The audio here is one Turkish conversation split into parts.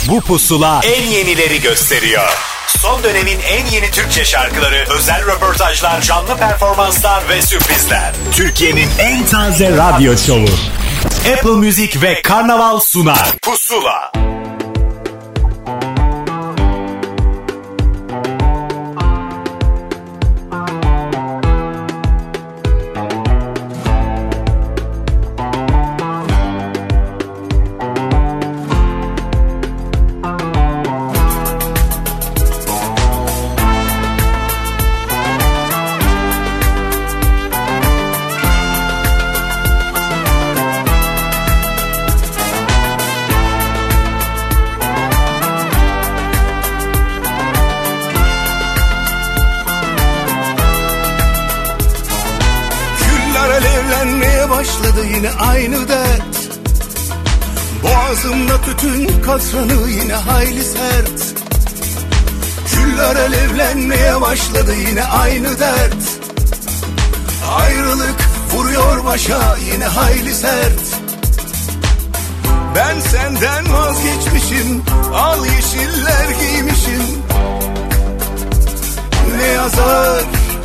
Bu pusula en yenileri gösteriyor. Son dönemin en yeni Türkçe şarkıları, özel röportajlar, canlı performanslar ve sürprizler. Türkiye'nin en taze radyo şovu. Apple Music ve Karnaval sunar. Pusula. Başladı yine aynı dert. Boğazımda tütün katranı yine hayli sert. Küller alevlenmeye başladı yine aynı dert. Ayrılık vuruyor başa yine hayli sert. Ben senden vazgeçmişim, al yeşiller giymişim. Ne yazar,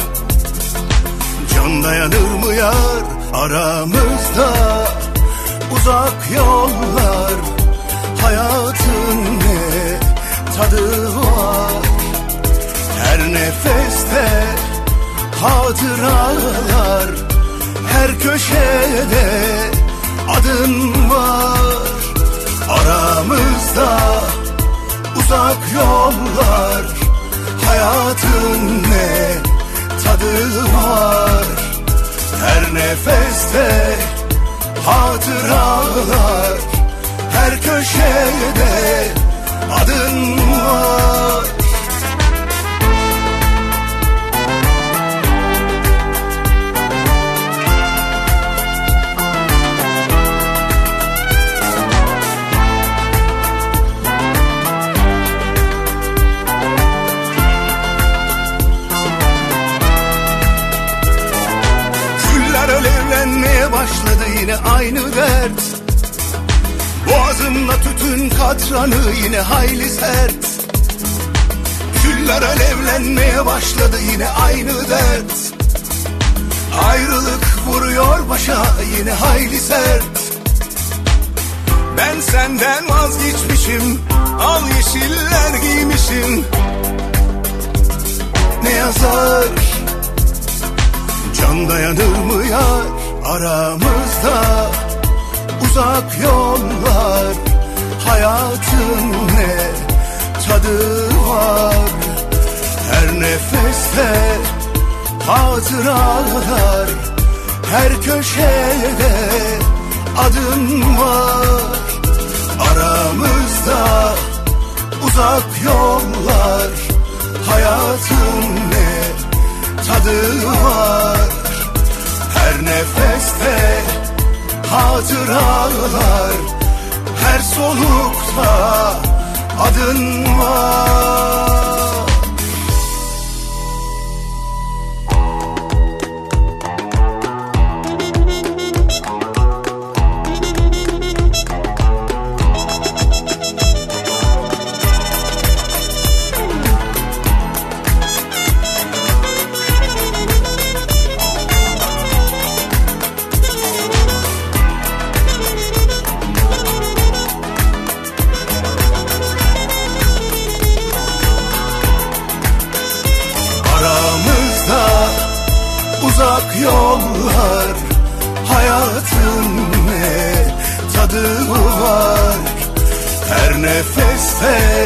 can dayanır mı yar? Aramızda uzak yollar, hayatın ne tadı var? Her nefeste hatıralar, her köşede adın var. Aramızda uzak yollar, hayatın ne tadı var? Her nefeste hatıralar, her köşede adın var. Alevlenmeye başladı yine aynı dert. Boğazımda tütün katranı yine hayli sert. Küller alevlenmeye başladı yine aynı dert. Ayrılık vuruyor başa yine hayli sert. Ben senden vazgeçmişim, al yeşiller giymişim. Ne yazar, can dayanır mı yar? Aramızda uzak yollar, hayatın ne tadı var? Her nefeste hatıralar, her köşede adın var. Aramızda uzak yollar, hayatın ne tadı var? Her nefeste hatıralar, her solukta adın var. Uzak yollar, hayatın ne tadı var? Her nefeste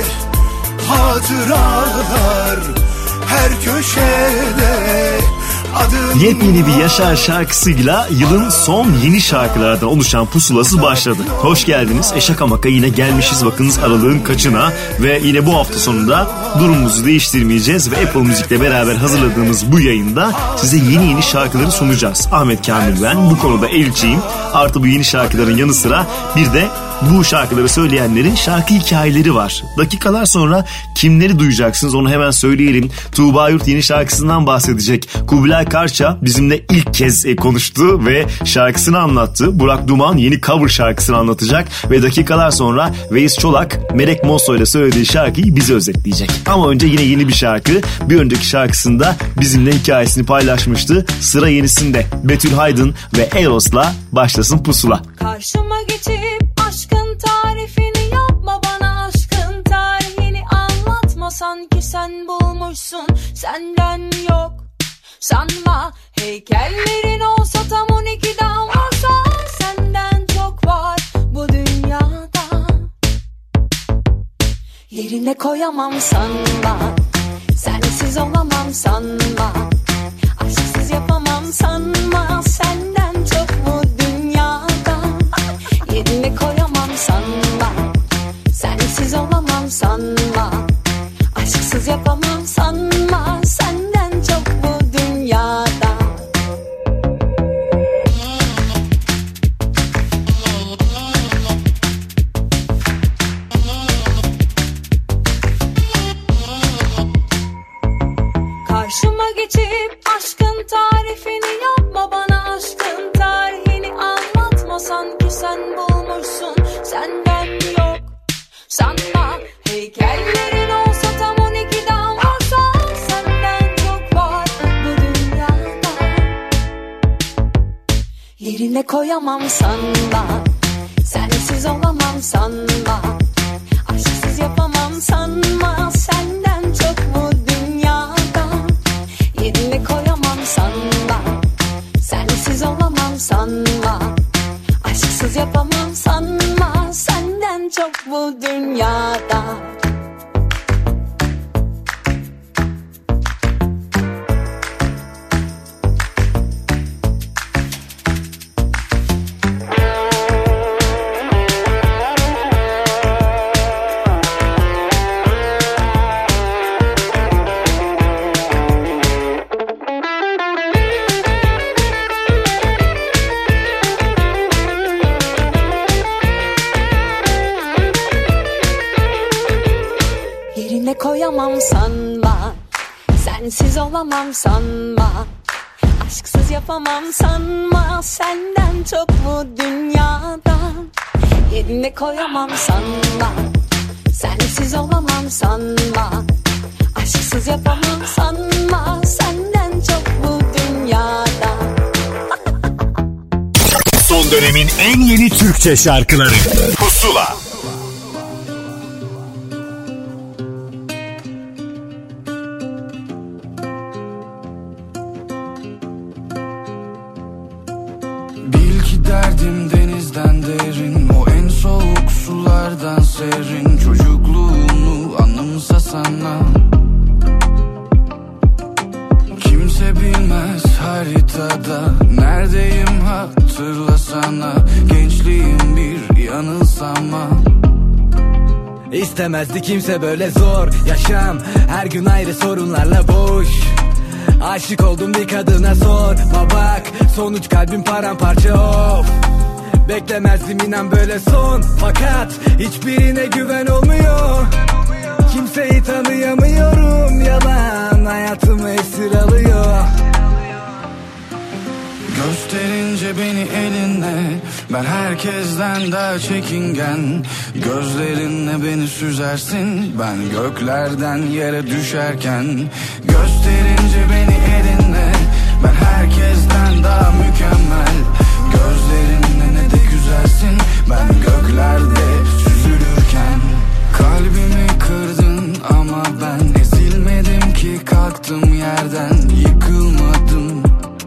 hatıralar, her köşede adın. Yepyeni bir Yaşar şarkısıyla yılın son yeni şarkılardan oluşan pusulası başladı. Hoş geldiniz. Şaka maka yine gelmişiz bakınız aralığın kaçına ve yine bu hafta sonunda durumumuzu değiştirmeyeceğiz ve Apple Music'le beraber hazırladığımız bu yayında size yeni şarkıları sunacağız. Ahmet Kamil ben, bu konuda elçiyim. Artı bu yeni şarkıların yanı sıra bir de bu şarkıları söyleyenlerin şarkı hikayeleri var. Dakikalar sonra kimleri duyacaksınız onu hemen söyleyelim. Tuğba Yurt yeni şarkısından bahsedecek. Kubilay Karça bizimle ilk kez konuştu ve şarkısını anlattı. Burak Duman yeni cover şarkısını anlatacak ve dakikalar sonra Veys Çolak Melek Mosso ile söylediği şarkıyı bize özetleyecek. Ama önce yine yeni bir şarkı. Bir önceki şarkısında bizimle hikayesini paylaşmıştı. Sıra yenisinde Betül Haydın ve Eros'la başlasın Pusula. Karşıma geçip aşkın tarifini yapma bana, aşkın tarihini anlatma, sanki sen bulmuşsun senden yok. Sanma heykellerin olsa tam 12'den varsa senden çok var bu dünyada. Yerine koyamam sanma, sensiz olamam sanma, aşksız yapamam sanma, senden çok mu dünyada. Yerine koyamam sanma, sensiz olamam sanma, aşksız yapamam sanma, senden çok mu dünyada. Karşıma geçip aşkın tarifini yapma bana, aşkın tarihini anlatma, sanki sen bulmuşsun senden yok. Sanma heykellerin olsa tam 12'den varsa senden çok var bu dünyada. Yerine koyamam sanma, sensiz olamam sanma, aşksız yapamam sanma, senden çok mu dünyada. Yerine koyamam sanma, sensiz olamam sanma, aşksız yapamam sanma, senden çok bu dünyada. Yerine koyamam sanma, sensiz olamam sanma, aşksız yapamam sanma, senden çok bu dünyada. Yerine koyamam sanma, sensiz olamam sanma, aşksız yapamam sanma, senden çok bu dünyada. Son dönemin en yeni Türkçe şarkıları Pusula. Derdim denizden derin, o en soğuk sulardan serin. Çocukluğunu anımsasana, kimse bilmez haritada neredeyim hatırlasana. Gençliğim bir yanılsama. İstemezdi kimse böyle zor yaşam, her gün ayrı sorunlarla boş. Aşık oldum bir kadına sorma bak, sonuç kalbim paramparça of. Beklemezdim inan böyle son, fakat hiçbirine güven olmuyor. Kimseyi tanıyamıyorum, yalan hayatımı esir alıyor. Gösterince beni elinle, ben herkesten daha çekingen. Gözlerinle beni süzersin, ben göklerden yere düşerken. Gösterince beni elinle, ben herkesten daha mükemmel. Gözlerinle ne de güzelsin, ben göklerde süzülürken. Kalbimi kırdın ama ben ezilmedim ki, kalktım yerden, yıkılmadım,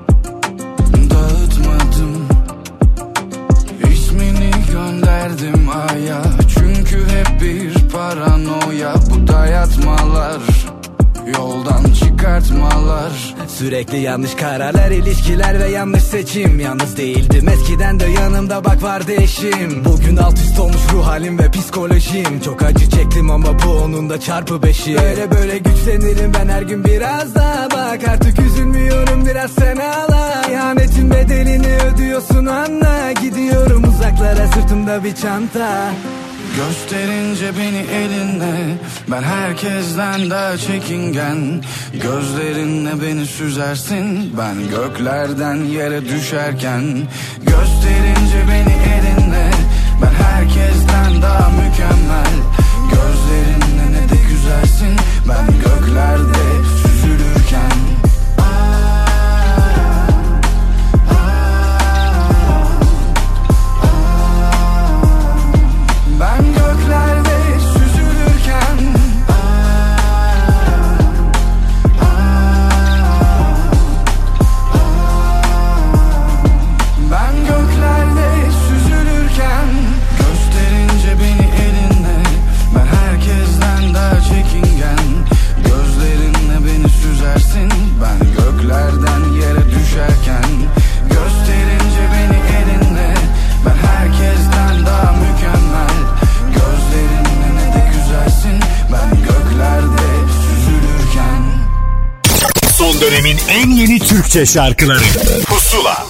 dağıtmadım. İsmini gönderdim aya, çünkü hep bir paranoya bu dayatmalar. yoldan çıkartmalar. Sürekli yanlış kararlar, ilişkiler ve yanlış seçim. Yalnız değildim eskiden de, yanımda bak vardı eşim. Bugün alt üst olmuş ruh halim ve psikolojim. Çok acı çektim ama bu onun da çarpı 5'i. Böyle güçlenirim ben her gün biraz daha. Bak artık üzülmüyorum, biraz sen ağla. İhanetin bedelini ödüyorsun anla. Gidiyorum uzaklara, sırtımda bir çanta. Gösterince beni elinle, ben herkesten daha çekingen. Gözlerinle beni süzersin, ben göklerden yere düşerken. Gösterince beni elinle, ben herkesten daha mükemmel. Gözlerinle ne de güzelsin, ben göklerde süzülürken. Ben göklerde süzülürken. Ben göklerde süzülürken. Gösterince beni elinle, ben herkesten daha çekingen. Gözlerinle beni süzersin, ben göklerden yere düşerken. Gösterince beni elinle, ben herkesten daha mükemmel. Gözlerinle ne de güzelsin, ben göklerde süzülürken. Son dönemin en yeni Türkçe şarkıları Pusula.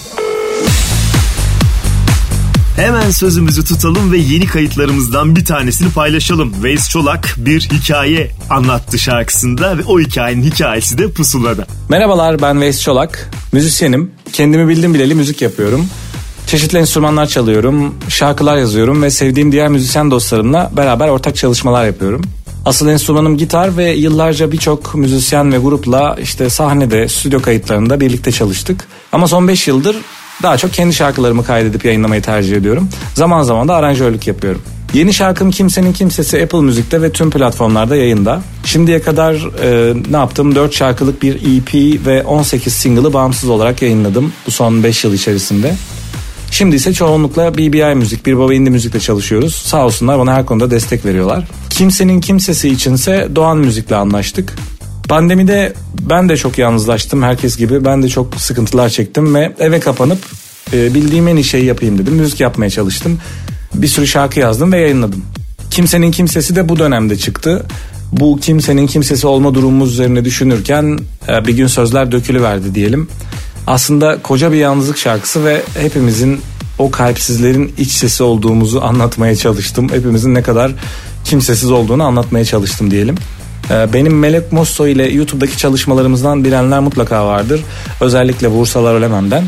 Hemen sözümüzü tutalım ve yeni kayıtlarımızdan bir tanesini paylaşalım. Veys Çolak bir hikaye anlattı şarkısında ve o hikayenin hikayesi de Pusula'da. Merhabalar, ben Veys Çolak. Müzisyenim. Kendimi bildim bileli müzik yapıyorum. Çeşitli enstrümanlar çalıyorum, şarkılar yazıyorum ve sevdiğim diğer müzisyen dostlarımla beraber ortak çalışmalar yapıyorum. Asıl enstrümanım gitar ve yıllarca birçok müzisyen ve grupla işte sahnede, stüdyo kayıtlarında birlikte çalıştık. Ama son 5 yıldır daha çok kendi şarkılarımı kaydedip yayınlamayı tercih ediyorum. Zaman zaman da aranjörlük yapıyorum. Yeni şarkım Kimsenin Kimsesi Apple Müzik'te ve tüm platformlarda yayında. Şimdiye kadar ne yaptım? 4 şarkılık bir EP ve 18 single'ı bağımsız olarak yayınladım bu son 5 yıl içerisinde. Şimdi ise çoğunlukla BBI Müzik, Bir Baba Indie Müzik'le çalışıyoruz. Sağ olsunlar, bana her konuda destek veriyorlar. Kimsenin Kimsesi içinse Doğan Müzik'le anlaştık. Pandemide ben de çok yalnızlaştım, herkes gibi. Ben de çok sıkıntılar çektim ve eve kapanıp bildiğim en iyi şeyi yapayım dedim. Müzik yapmaya çalıştım. Bir sürü şarkı yazdım ve yayınladım. Kimsenin Kimsesi de bu dönemde çıktı. Bu kimsenin kimsesi olma durumumuz üzerine düşünürken bir gün sözler dökülüverdi diyelim. Aslında koca bir yalnızlık şarkısı ve hepimizin o kalpsizlerin iç sesi olduğumuzu anlatmaya çalıştım. Hepimizin ne kadar kimsesiz olduğunu anlatmaya çalıştım diyelim. Benim Melek Mosso ile YouTube'daki çalışmalarımızdan bilenler mutlaka vardır. Özellikle Bursalar Ölemem'den.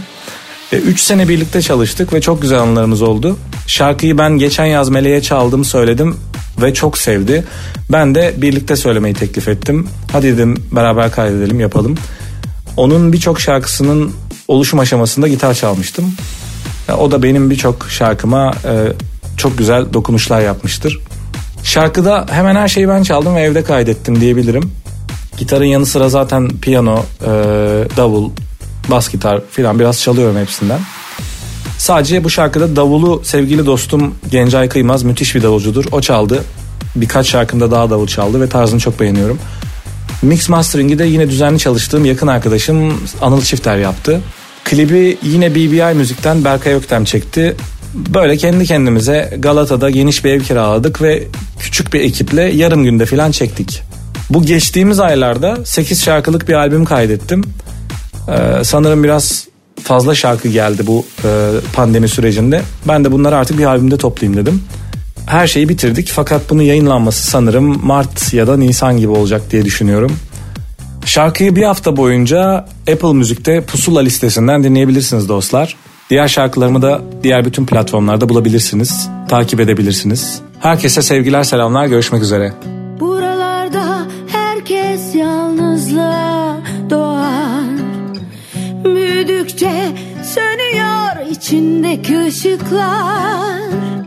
3 sene birlikte çalıştık ve çok güzel anılarımız oldu. Şarkıyı ben geçen yaz Melek'e çaldım, söyledim ve çok sevdi. Ben de birlikte söylemeyi teklif ettim. Hadi dedim, beraber kaydedelim, yapalım. Onun birçok şarkısının oluşum aşamasında gitar çalmıştım. O da benim birçok şarkıma çok güzel dokunuşlar yapmıştır. Şarkıda hemen her şeyi ben çaldım ve evde kaydettim diyebilirim. Gitarın yanı sıra zaten piyano, davul, bas gitar filan biraz çalıyorum hepsinden. Sadece bu şarkıda davulu sevgili dostum Gencay Kıymaz, müthiş bir davulcudur. O çaldı. Birkaç şarkımda daha davul çaldı ve tarzını çok beğeniyorum. Mix mastering'i de yine düzenli çalıştığım yakın arkadaşım Anıl Çifter yaptı. Klibi yine BBI Müzik'ten Berkay Öktem çekti. Böyle kendi kendimize Galata'da geniş bir ev kiraladık ve küçük bir ekiple yarım günde falan çektik. Bu geçtiğimiz aylarda 8 şarkılık bir albüm kaydettim. Sanırım biraz fazla şarkı geldi bu pandemi sürecinde. Ben de bunları artık bir albümde toplayayım dedim. Her şeyi bitirdik fakat bunun yayınlanması sanırım Mart ya da Nisan gibi olacak diye düşünüyorum. Şarkıyı bir hafta boyunca Apple Müzik'te Pusula listesinden dinleyebilirsiniz dostlar. Diğer şarkılarımı da diğer bütün platformlarda bulabilirsiniz, takip edebilirsiniz. Herkese sevgiler, selamlar, görüşmek üzere. Buralarda herkes yalnızlığa doğar. Büyüdükçe sönüyor içindeki ışıklar.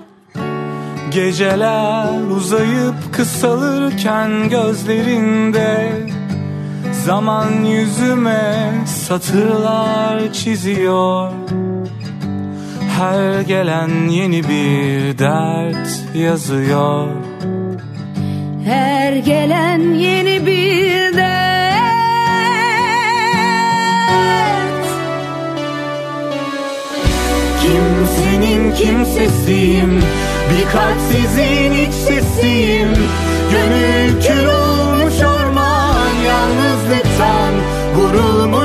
Geceler uzayıp kısalırken gözlerinde zaman yüzüme satırlar çiziyor. Her gelen yeni bir dert yazıyor. Her gelen yeni bir dert kimsesiyim, bir kalpsizin iç sesiyim. Gönül kül olmuş orman, yalnızlıktan vurulmuş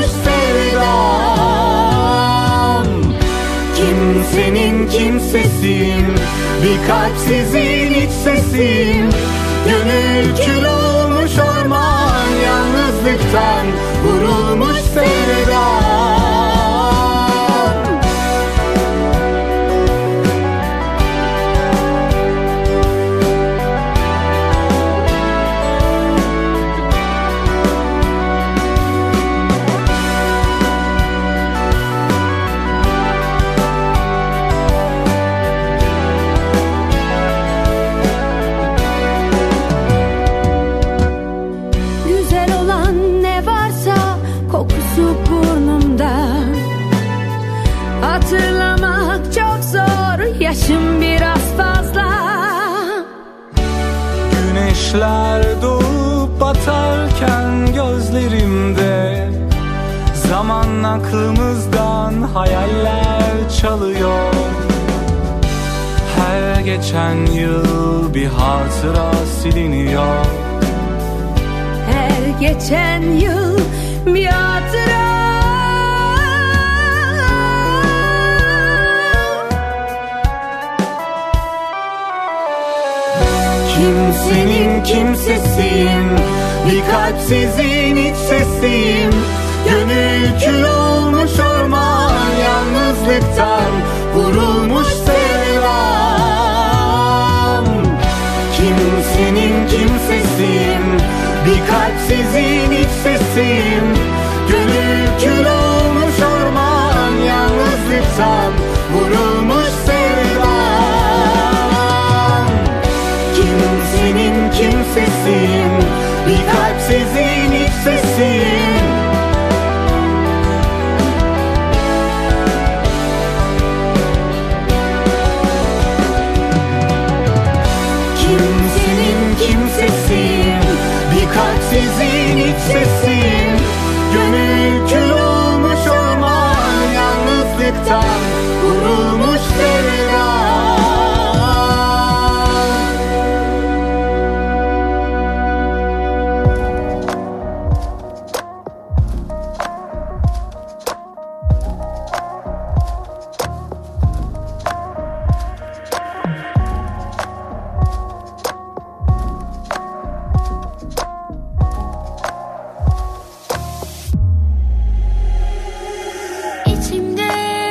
sevdam. Kimsenin kimsesiyim, bir kalpsizin iç sesiyim. Gönül kül olmuş orman, yalnızlıktan vurulmuş sevdam. Hatırlamak çok zor, yaşım biraz fazla. Güneşler doğup batarken gözlerimde, zaman aklımızdan hayaller çalıyor. Her geçen yıl bir hatıra siliniyor. Her geçen yıl bir hatıra. Kimsenin kimsesiyim, bir kalpsizin iç sesiyim. Gönül kül olmuş orman, yalnızlıktan vurulmuş sevdam. Kimsenin kimsesiyim, bir kalpsizin iç sesiyim. Gönül kül olmuş orman, yalnızlıktan vurulmuş sevdam. Kimsenin kimsesiyim, bir kalpsizin iç sesiyim. Kimsenin kimsesiyim, bir kalpsizin iç sesiyim. Gönül kül olmuş orman, yalnızlıktan vurulmuş sevdam. İçimde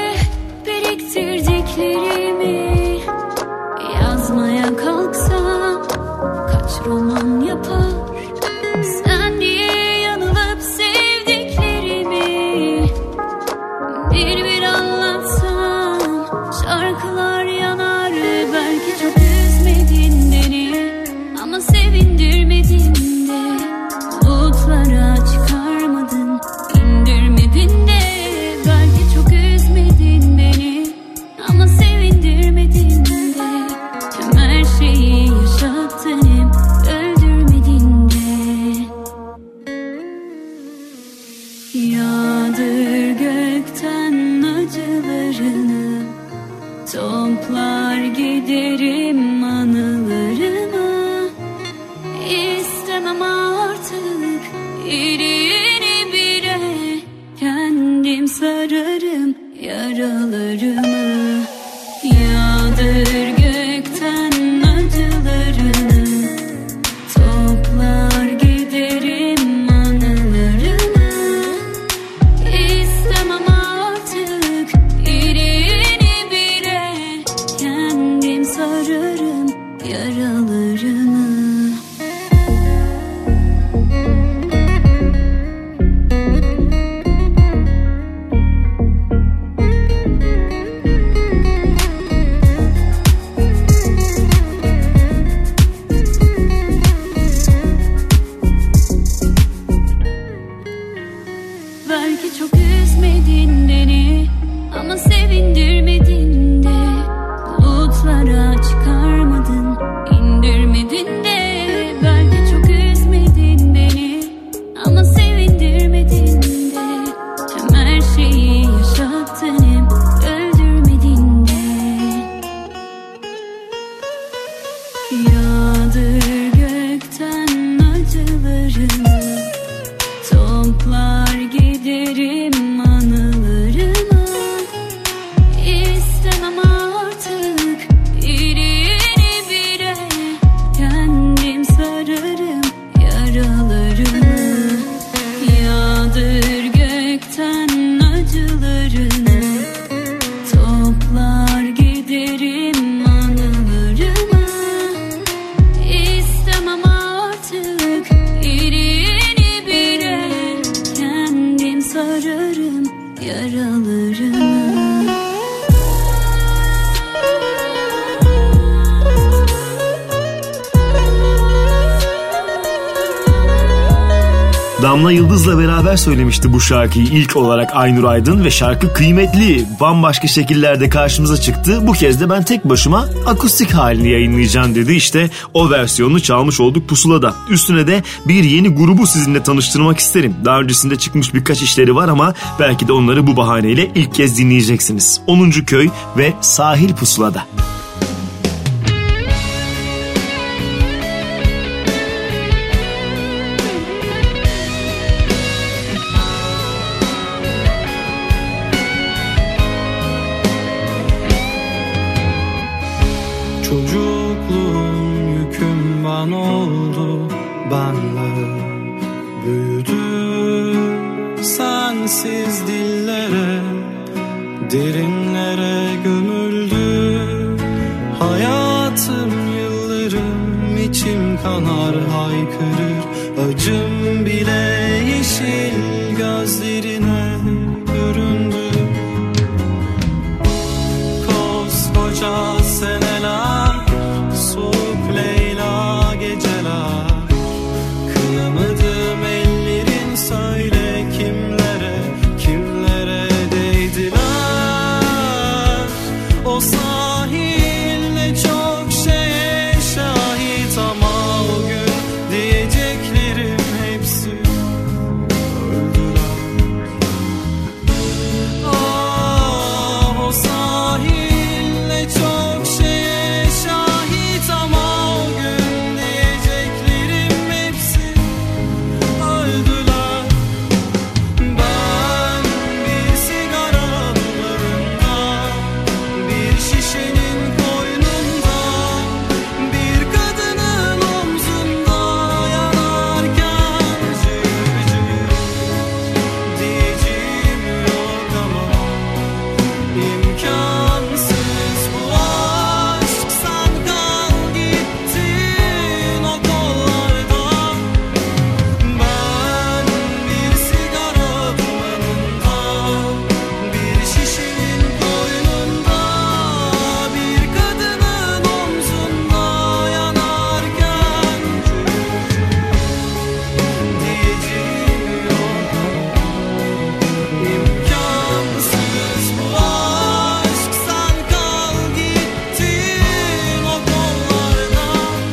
biriktirdiklerimi yazmaya kalksam kaç roman yapar. Sen diye yanılıp sevdiklerimi bir bir anlatsam şarkılar yanar. Belki çok üzmedin beni ama sevindirmedin de, bulutlara çıkarmadın, indirmedin de. Belki çok üzmedin beni ama sevindirmedin de. Tüm her şeyi yaşattın, hep öldü. Damla Yıldız'la beraber söylemişti bu şarkıyı ilk olarak Aynur Aydın ve şarkı kıymetli, bambaşka şekillerde karşımıza çıktı. Bu kez de ben tek başıma akustik halini yayınlayacağım dedi. İşte o versiyonunu çalmış olduk Pusula'da. Üstüne de bir yeni grubu sizinle tanıştırmak isterim. Daha öncesinde çıkmış birkaç işleri var ama belki de onları bu bahaneyle ilk kez dinleyeceksiniz. 10. Köy ve Sahil Pusula'da. Sensiz dillere, derinlere gömüldü. Hayatım, yıllarım, içim kanar haykırır. Acım bile yeşil gözlerine büründü. Koskoca seneler, soğuk Leyla geceler. Kıyamadım ellerin, söyle kimlere, kimlere değdiler. O sahil ne çok şeye şahit ama o gün diyeceklerim hepsi öldüler. Ah, o sahil ne çok şeye şahit ama o gün diyeceklerim hepsi öldüler. Ben bir sigara duvarında, bir şişenin koynunda, bir kadının omzunda yanarken cır cır diyeceğim yok ama imkansız bu aşk. Sen kal gittin o kollarda. Ben bir sigara dumanında, bir şişenin koynunda, bir kadının omzunda yanarken diyeceğim yok imkansız bu aşk. Sen kal gittin o kollarda.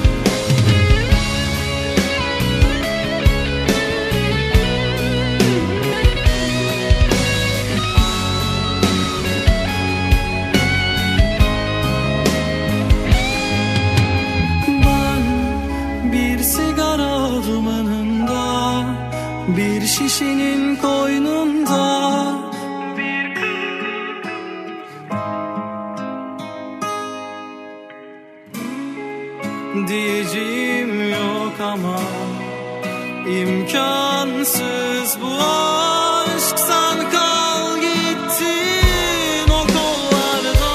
Ben bir sigara dumanında, bir şişenin koynunda, diyeceğim yok ama imkansız bu aşk. Sen kal gittin o kollarda.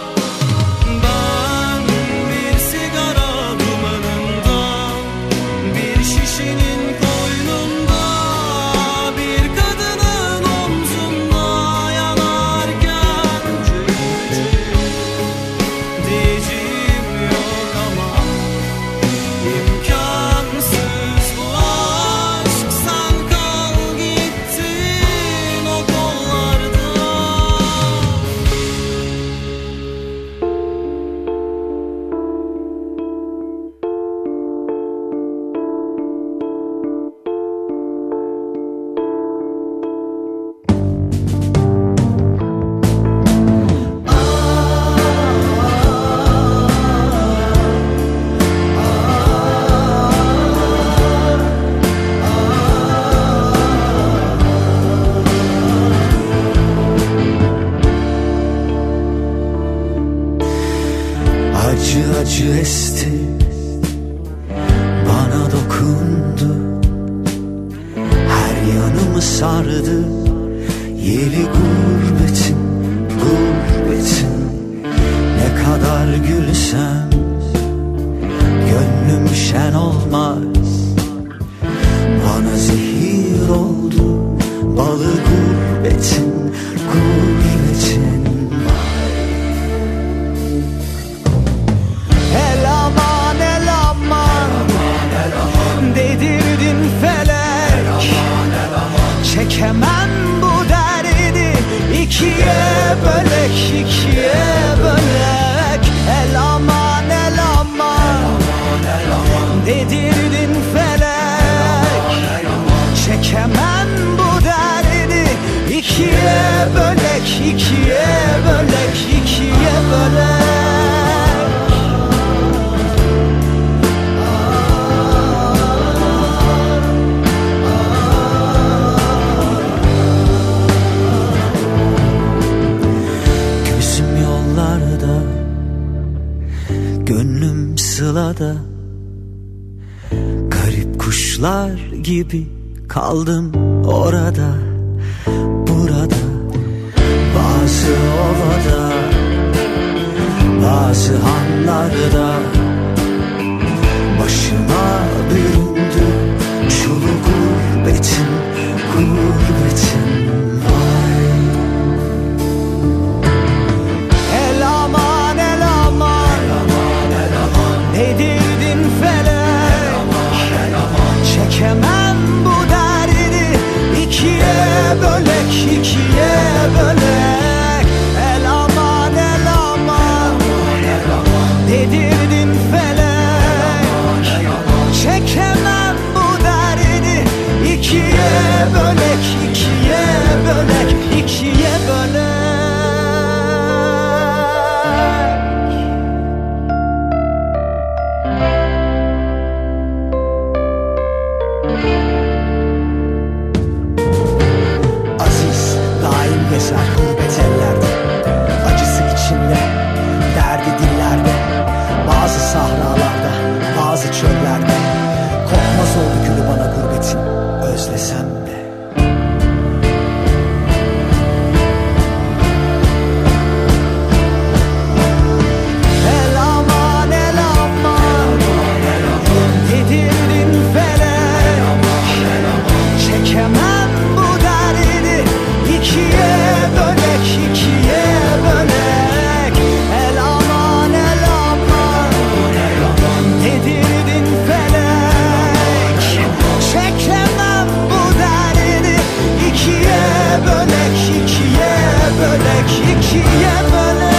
Ben bir sigara dumanında, bir şişenin koynunda, bir kadının omzunda yanarken cır cır diyeceğim yok ama imkansız bu aşk. Sen kal gittin o kollarda. Acı acı esti, bana dokundu, her yanımı sardı. Yeli gurbetin, gurbetin. Ne kadar gülsem gönlüm şen olmaz. Bana zehir oldu balı gurbetin, gurbetin. El aman el aman, dedirdin felek. Çekemem bu derdi, ikiye bölek, ikiye bölek. El aman el aman, dedirdin felek. Çekemem bu derdi, ikiye bölek, ikiye bölek, ikiye bölek. Gözüm yollarda, gönlüm sılada. Garip kuşlar gibi kaldım orada, burada. Bazı ovada, bazı hanlarda başıma büründü çulu gurbetin, gurbetin. Vay. El aman el aman, dedirdin felek. Çekemem bu derdi, ikiye bölek, ikiye bölek. El aman el aman, dedirdin felek. Çekemem bu derdi, ikiye bölek, ikiye bölek, ikiye bölek. Aziz daim gezer gurbet ellerde, acısı içinde, derdi dillerde. Bazı sahralarda, bazı çöllerde. Kokmaz oldu gülü bana gurbetin, özlesem de. El aman el aman, dedirdin felek. Çekemem bu derdi, ikiye bölek, ikiye bölek. El aman el aman, dedirdin felek. Çekemem bu derdi, ikiye bölek, ikiye bölek, ikiye bölek.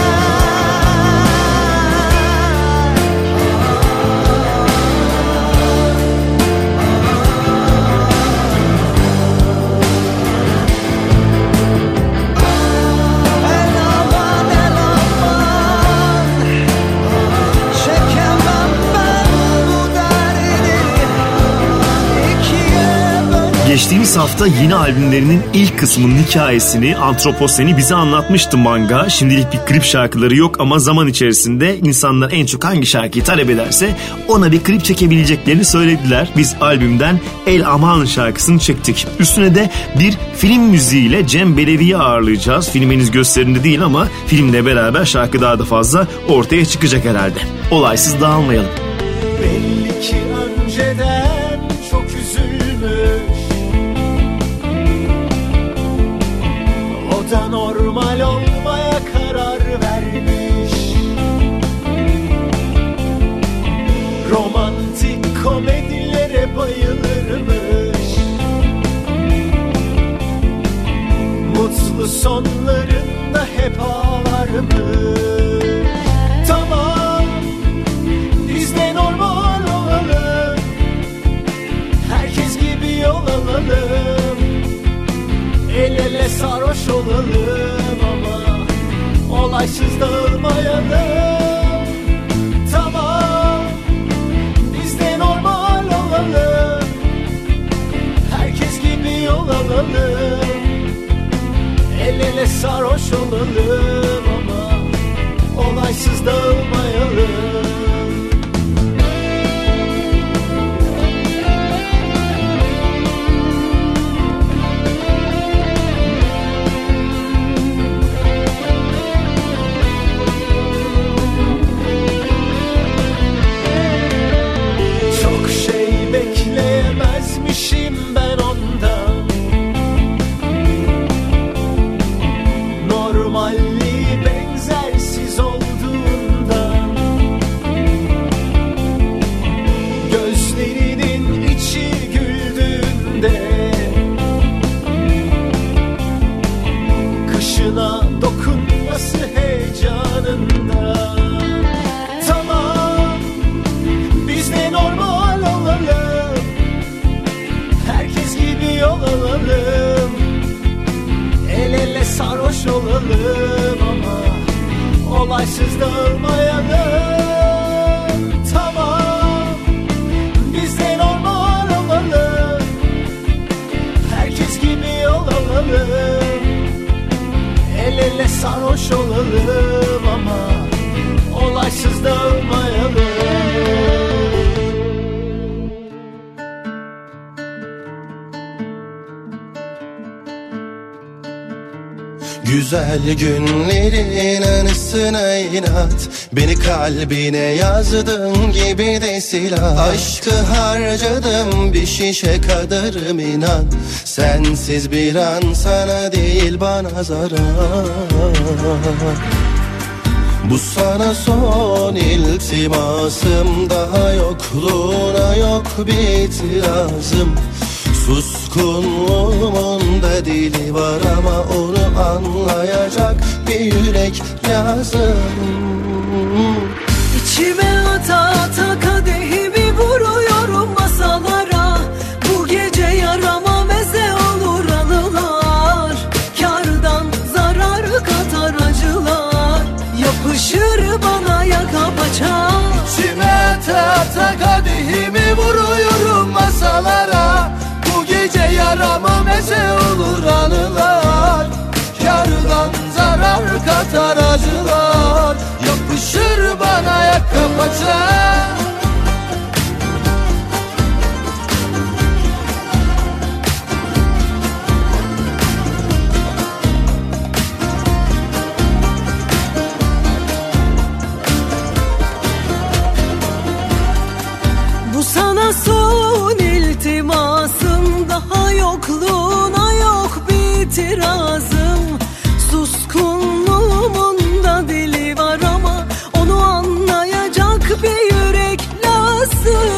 El aman el aman, çekemem ben bu derdi, ikiye bölek. Geçtiğimiz hafta yeni albümlerinin ilk kısmının hikayesini Antroposen'i bize anlatmıştı Manga. Şimdilik bir klip şarkıları yok ama zaman içerisinde insanlar en çok hangi şarkıyı talep ederse ona bir klip çekebileceklerini söylediler. Biz albümden El Aman şarkısını çektik. Üstüne de bir film müziğiyle Cem Belevi'yi ağırlayacağız. Film henüz gösterimde değil ama filmle beraber şarkı daha da fazla ortaya çıkacak herhalde. Olaysız dağılmayalım. Belli ki önceden çok üzülmüş, o da normal olmaya karar vermiş. Romantik komedilere bayılırmış, mutlu sonlarında hep ağlarmış. Tamam, biz de normal olalım, herkes gibi yol alalım. El ele sarhoş olalım ama olaysız dağılmayalım. Tamam, biz de normal olalım, herkes gibi yol alalım. El ele sarhoş olalım ama olaysız dağılmayalım. olaysız dağılmayalım. Tamam, biz de normal olalım, herkes gibi olalım. El ele sarhoş olalım ama olaysız dağılmayalım. Güzel günlerin anısına inat, beni kalbine yazdığın gibi de silah. Aşkı harcadım bir şişe kadarım inan, sensiz bir an sana değil bana zarar. Bu sana son iltimasım, daha yokluğuna yok bir itirazım. Suskunluğumun da dili var ama onu anlayacak bir yürek lazım. İçime ata ata kadehimi vuruyorum masalara. Bu gece yarama meze olur anılar. Kârdan zarar katar acılar, yapışır bana yaka paça. İçime ata ata kadehimi vuruyorum masalara. Bu gece yarama meze olur anılar. Kârdan zarar katar acılar, yapışır bana yaka paça. Bu sana son iltimasım, daha yokluğuna yok bir itirazım. Suskunluğumun da dili var ama onu anlayacak bir yürek lazım.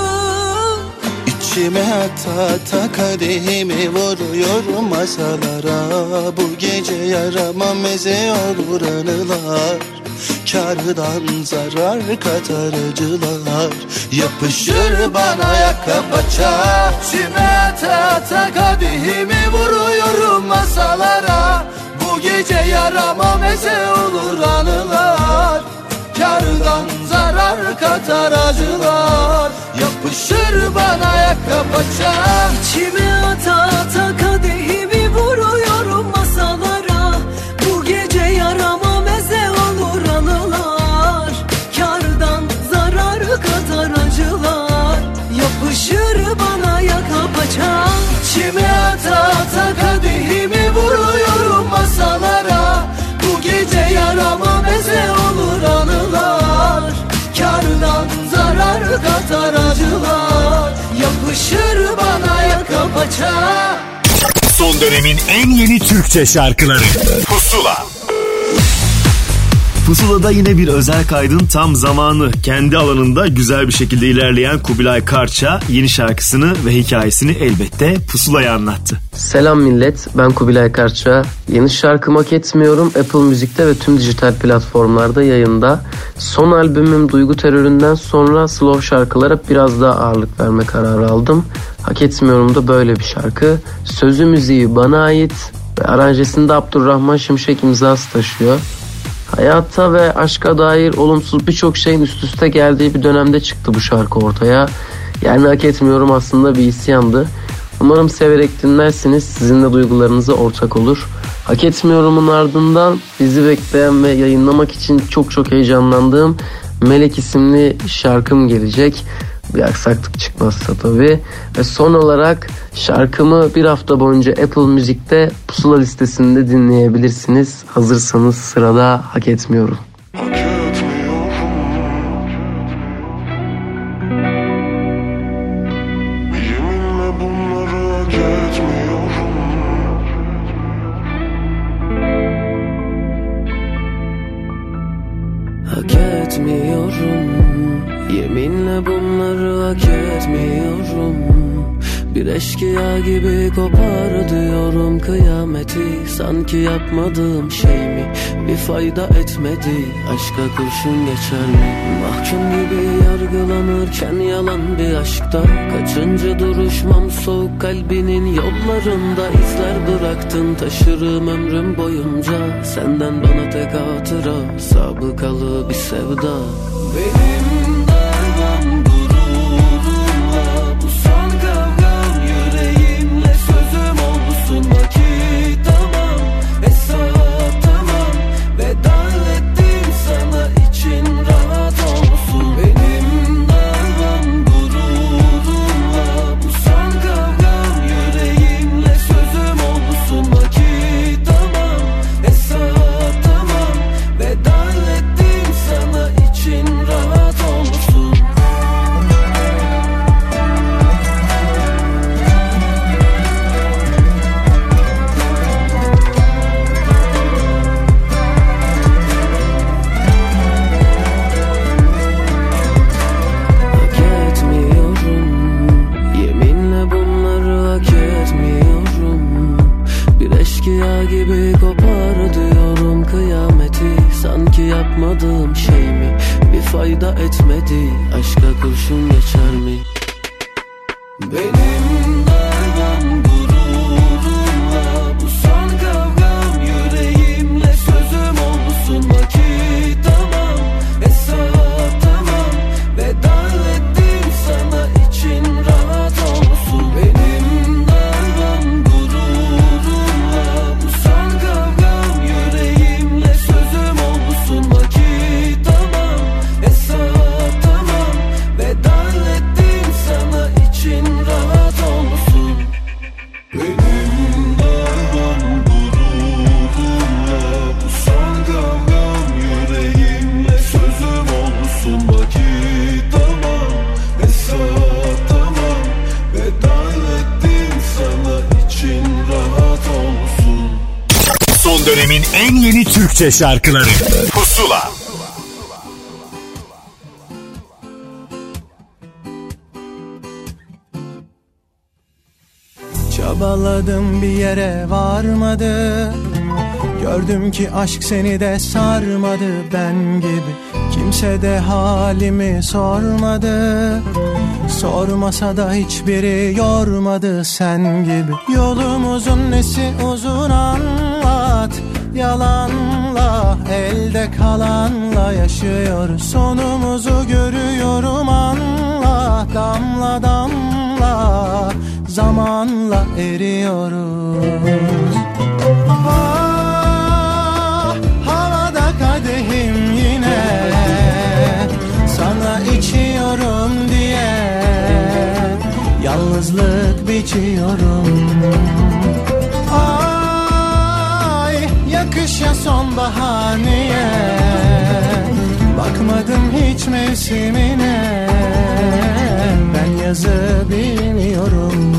İçime ata ata kadehimi vuruyorum masalara. Bu gece yarama meze olur anılar. Kârdan zarar katar acılar, yapışır bana yaka paça. İçime ata ata kadehimi vuruyorum masalara. Bu gece yarama meze olur anılar. Kârdan zarar katar acılar, yapışır bana yaka paça. İçime ata ata kadehimi vuruyorum masalara. Bu gece yarama meze olur anılar. Kârdan zarar katar acılar, yapışır bana yaka paça. İçime ata ata kadehimi vuruyorum masalara. Bu gece yarama meze olur anılar. Kârdan zarar katar acılar, yapışır bana yaka paça. Son dönemin en yeni Türkçe şarkıları Pusula. Pusula'da yine bir özel kaydın tam zamanı. Kendi alanında güzel bir şekilde ilerleyen Kubilay Karça yeni şarkısını ve hikayesini elbette Pusula'ya anlattı. Selam millet, ben Kubilay Karça. Yeni şarkımı Hak Etmiyorum Apple Müzik'te ve tüm dijital platformlarda yayında. Son albümüm Duygu Terörü'nden sonra slow şarkılara biraz daha ağırlık verme kararı aldım. Hak Etmiyorum da böyle bir şarkı. Sözü müziği bana ait ve aranjesinde Abdurrahman Şimşek imzası taşıyor. Hayata ve aşka dair olumsuz birçok şeyin üst üste geldiği bir dönemde çıktı bu şarkı ortaya. Yani Hak Etmiyorum aslında bir isyandı. Umarım severek dinlersiniz, sizin de duygularınıza ortak olur. Hak Etmiyorum'un ardından bizi bekleyen ve yayınlamak için çok heyecanlandığım Melek isimli şarkım gelecek. Bir aksaklık çıkmazsa tabii. Ve son olarak şarkımı bir hafta boyunca Apple Müzik'te Pusula listesinde dinleyebilirsiniz. Hazırsanız sırada Hak Etmiyorum. Hak etmiyorum, yeminle bunları hak etmiyorum. Bir eşkıya gibi kopar diyorum kıyameti. Sanki yapmadığım şey mi bir fayda etmedi. Aşka kurşun geçer mi? Mahkum gibi yargılanırken yalan bir aşkta. Kaçıncı duruşmam soğuk kalbinin yollarında. İzler bıraktın taşırım ömrüm boyunca. Senden bana tek hatıra, sabıkalı bir sevda. Benim davam gururumla, bu son kavgam yüreğimle. Sözüm olsun vakit tamam, hesap tamam. Veda ettim sana, için rahat olsun. Benim davam gururumla, bu son kavgam yüreğimle. Sözüm olsun vakit tamam, hesap tamam. Veda ettim sana, için rahat olsun. Hak etmiyorum, yeminle bunları hak etmiyorum. Bir eşkıya gibi kopar diyorum kıyameti. Sanki yapmadığım şey mi bir fayda etmedi. Aşka kurşun geçer mi? Benim davam gururumla, bu son kavgam yüreğimle. Sözüm olsun vakit tamam, hesap tamam. Veda ettim sana, için rahat olsun. Benim davam gururumla, bu son kavgam yüreğimle. Sözüm olsun vakit tamam, hesap tamam. Veda ettim sana, için rahat olsun. Benim davam gururumla, bu son kavgam yüreğimle. Sözüm olsun vakit tamam, hesap tamam. Veda ettim sana, için rahat olsun. Son dönemin en yeni Türkçe şarkıları Pusula. Çabaladım bir yere varmadı. Gördüm ki aşk seni de sarmadı ben gibi. Kimse de halimi sormadı. Sormasa da hiçbiri yormadı sen gibi. Yolumuzun nesi uzun anlat. Yalanla, elde kalanla yaşıyoruz. Sonumuzu görüyorum anla. Damla damla zamanla eriyoruz. Ah, havada kadehim yine. Sana içiyorum diye yalnızlık biçiyorum. Ay, yakışa sonbahar niye? Bakmadım hiç mevsimine. Ben yazı bilmiyorum.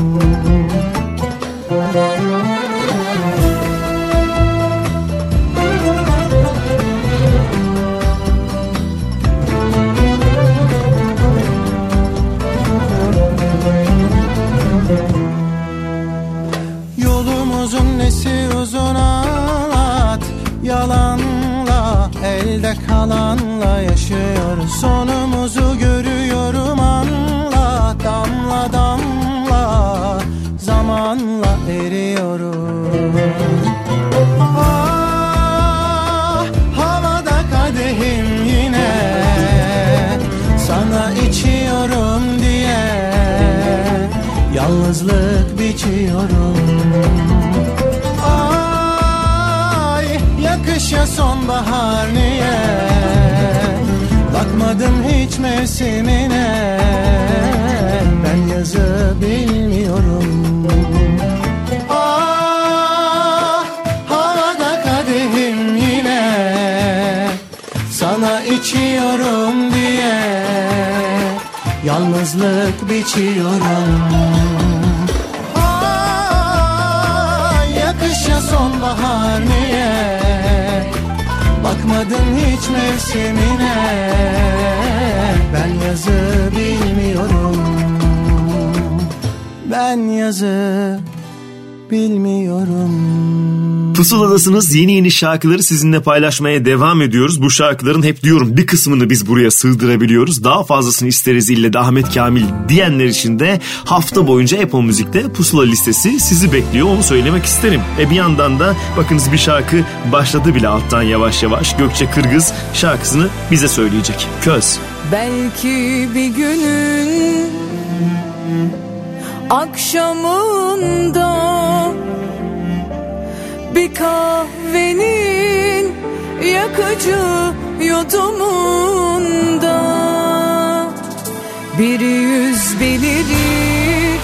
Yolumuzun nesi uzun anlat. Yalanla, elde kalanla yaşıyoruz. Sonumuzu görüyorum anla. Damla damla zamanla eriyoruz. Ah, havada kadehim yine. Sana içiyorum diye yalnızlık biçiyorum. Ay, yakışa sonbahar niye? Bakmadım hiç mevsimine. Ben yazı bilmiyorum. Ah, havada kadehim yine. Sana içiyorum diye yalnızlık biçiyorum. Ay, yakışa sonbahar niye? Bakmadım hiç mevsimine. Ben yazı bilmiyorum. ben yazı bilmiyorum. Pusuladasınız, yeni şarkıları sizinle paylaşmaya devam ediyoruz. Bu şarkıların hep diyorum bir kısmını biz buraya sığdırabiliyoruz. Daha fazlasını isteriz ille de Ahmet Kamil diyenler için de hafta boyunca Apple Müzik'te Pusula listesi sizi bekliyor, onu söylemek isterim. Bir yandan da bakınız bir şarkı başladı bile alttan yavaş yavaş. Gökçe Kırgız şarkısını bize söyleyecek. Köz. Belki bir günün akşamında bir kahvenin yakıcı yudumunda bir yüz belirir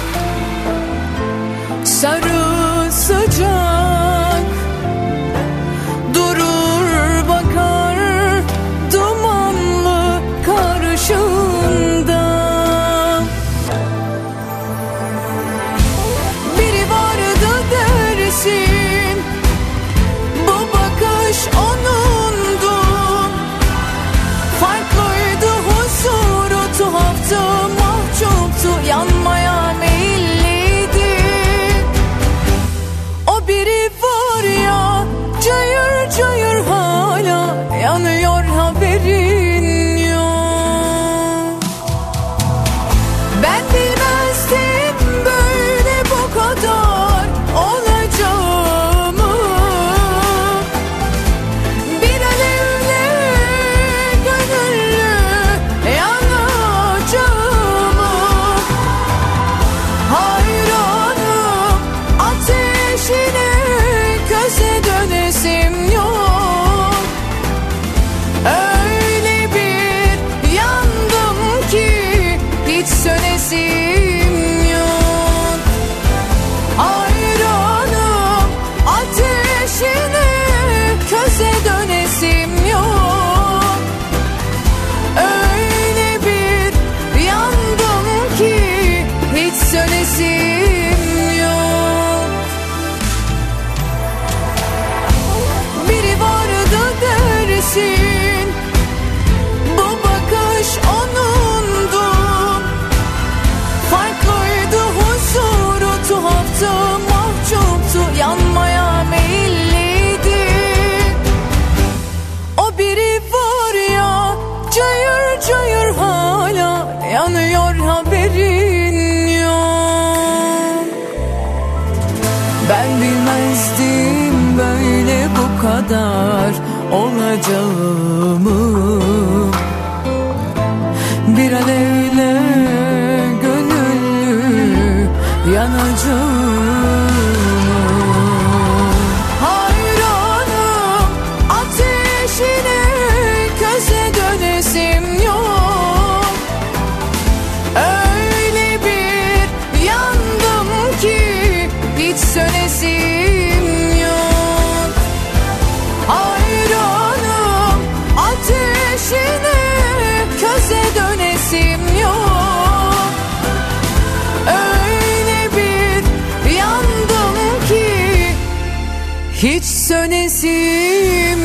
sarı sıcak durur bakar dumanlı karşında. Biri vardı dersin, bu bakış onundu. Farklıydı huzuru, tuhaftı, mahcuptu, yanmaya meyilliydi. O biri var ya, cayır cayır hala yanıyor, haberin yok. Ben bilmezdim böyle bu kadar olacağımı. Bir alevle gönüllü yanacağımı. Hayranım ateşine, köze dönesim yok. Öyle bir yandım ki hiç sönesim yok. Hayranım ateşine, köze dönesim yok. Öyle bir yandım ki hiç sönesim yok. Biri vardı dersin, bu bakış onundu. Farklıydı huzuru, tuhaftı, mahcuptu, yanmaya meyilliydi. O biri var ya, cayır cayır hala yanıyor, haberin yok. Ben bilmezdim böyle bu kadar olacağımı. Bir alevle gönüllü yanacağımı. Hayranım ateşine, köze dönesim yok. Öyle bir yandım ki hiç sönesim yok. Hayranım ateşine, köze dönesim yok. Öyle bir yandım ki hiç sönesim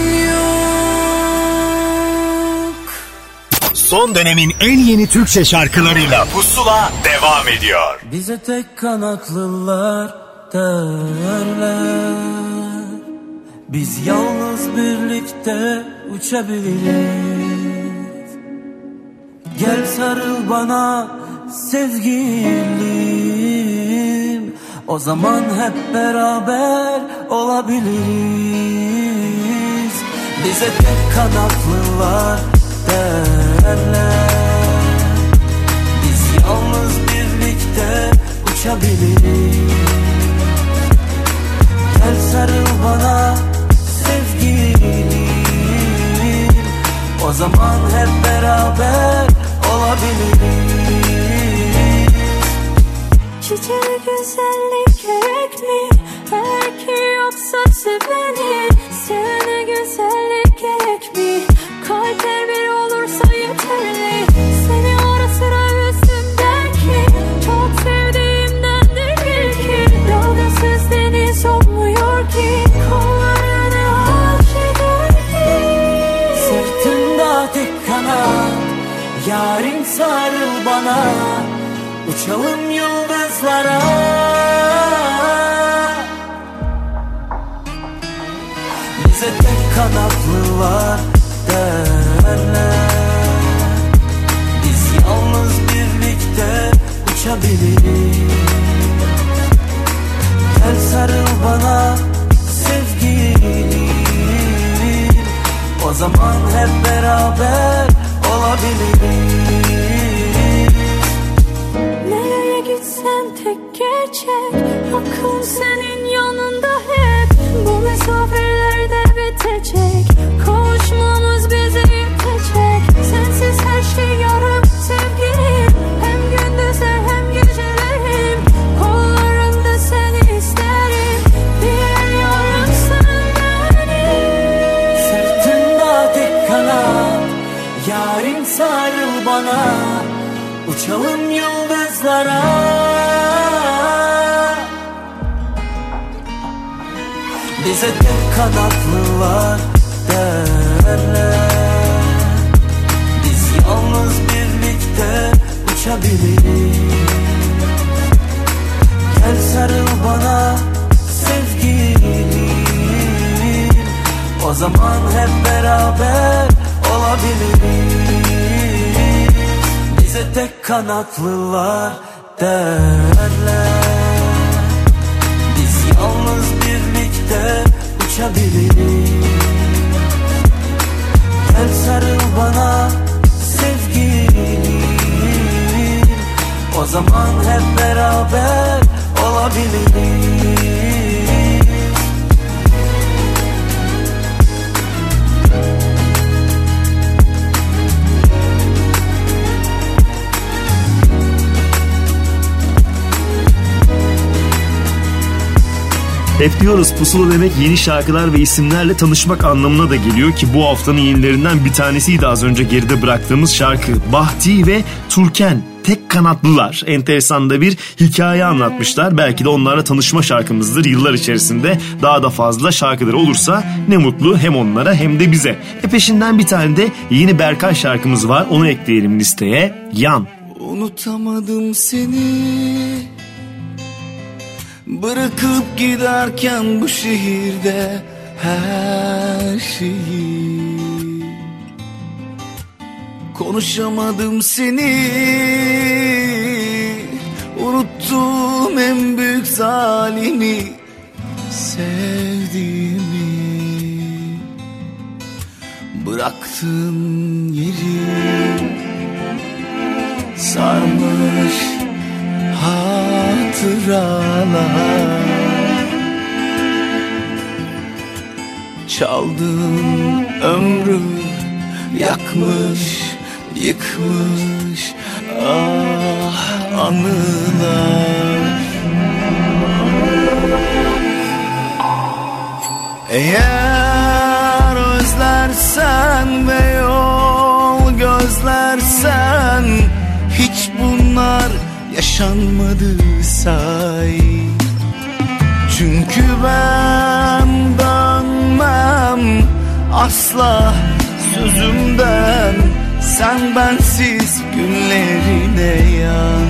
yok. Son dönemin en yeni Türkçe şarkılarıyla Pusula devam ediyor. Bize tek kanatlılar derler. Biz yalnız birlikte uçabiliriz. Gel sarıl bana sevgilim, o zaman hep beraber olabiliriz. Bize tek kanatlılar derler. Biz yalnız birlikte uçabiliriz. Gel sarıl bana sevgilim, o zaman hep beraber olabiliriz. Çiçeğe güzellik gerek mi? Belki yoksa seveni. Sevene güzellik gerek mi? Kalpler bir olursa yeterli. Seni ara sıra üzdüm belki. Çok sevdiğimden değil ki. Dalgasız deniz olmuyor ki. Kollarını aç eder ki. Sırtımda tek kanat, yarim sarıl bana. Uçalım yıldızlara. kanatlılar derler. Biz yalnız birlikte uçabiliriz. Gel sarıl bana sevgilim, o zaman hep beraber olabiliriz. Nereye gitsen tek gerçek, aklım senin yanında hep. Bu mesafelerde bitecek, kavuşmamız bizi yitecek. Sensiz her şey yarım sevgilim, hem gündüzler hem gecelerim. Kollarımda seni isterim, bir yarım sen benim. Sırtında tek kanat, yarim sarıl bana, uçalım yıldızlara. Bize tek kanatlılar derler. Biz yalnız birlikte uçabiliriz. Gel sarıl bana sevgilim, o zaman hep beraber olabiliriz. Bize tek kanatlılar derler. Biz yalnız birlikte uçabiliriz. Gel sarıl bana sevgilim, o zaman hep beraber olabiliriz. Hep diyoruz pusula demek yeni şarkılar ve isimlerle tanışmak anlamına da geliyor ki bu haftanın yenilerinden bir tanesiydi az önce geride bıraktığımız şarkı. Bahti ve Turken tek kanatlılar enteresan da bir hikaye anlatmışlar. Belki de onlarla tanışma şarkımızdır. Yıllar içerisinde daha da fazla şarkıları olursa ne mutlu hem onlara hem de bize. Peşinden bir tane de yeni Berkay şarkımız var. Onu ekleyelim listeye. Yan. Unutamadım seni, bırakıp giderken bu şehirde her şeyi. Konuşamadım seni, unuttum en büyük zalimi, sevdiğimi. Bıraktığın yeri sarmış hatıralar. Çaldığın ömrü yakmış, yıkmış ah anılar. Eğer özlersen ve yol gözlersen, hiç bunlar yaşanmadı say. Çünkü ben dönmem asla sözümden, sen bensiz günlerine yan.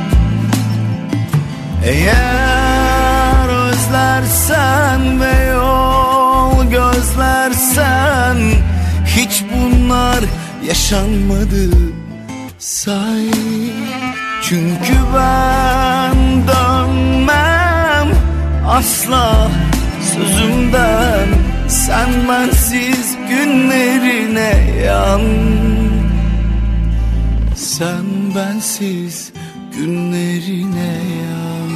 Eğer özlersen ve yol gözlersen, hiç bunlar yaşanmadı say. Çünkü ben dönmem asla sözümden, sen bensiz günlerine yan. Sen bensiz günlerine yan.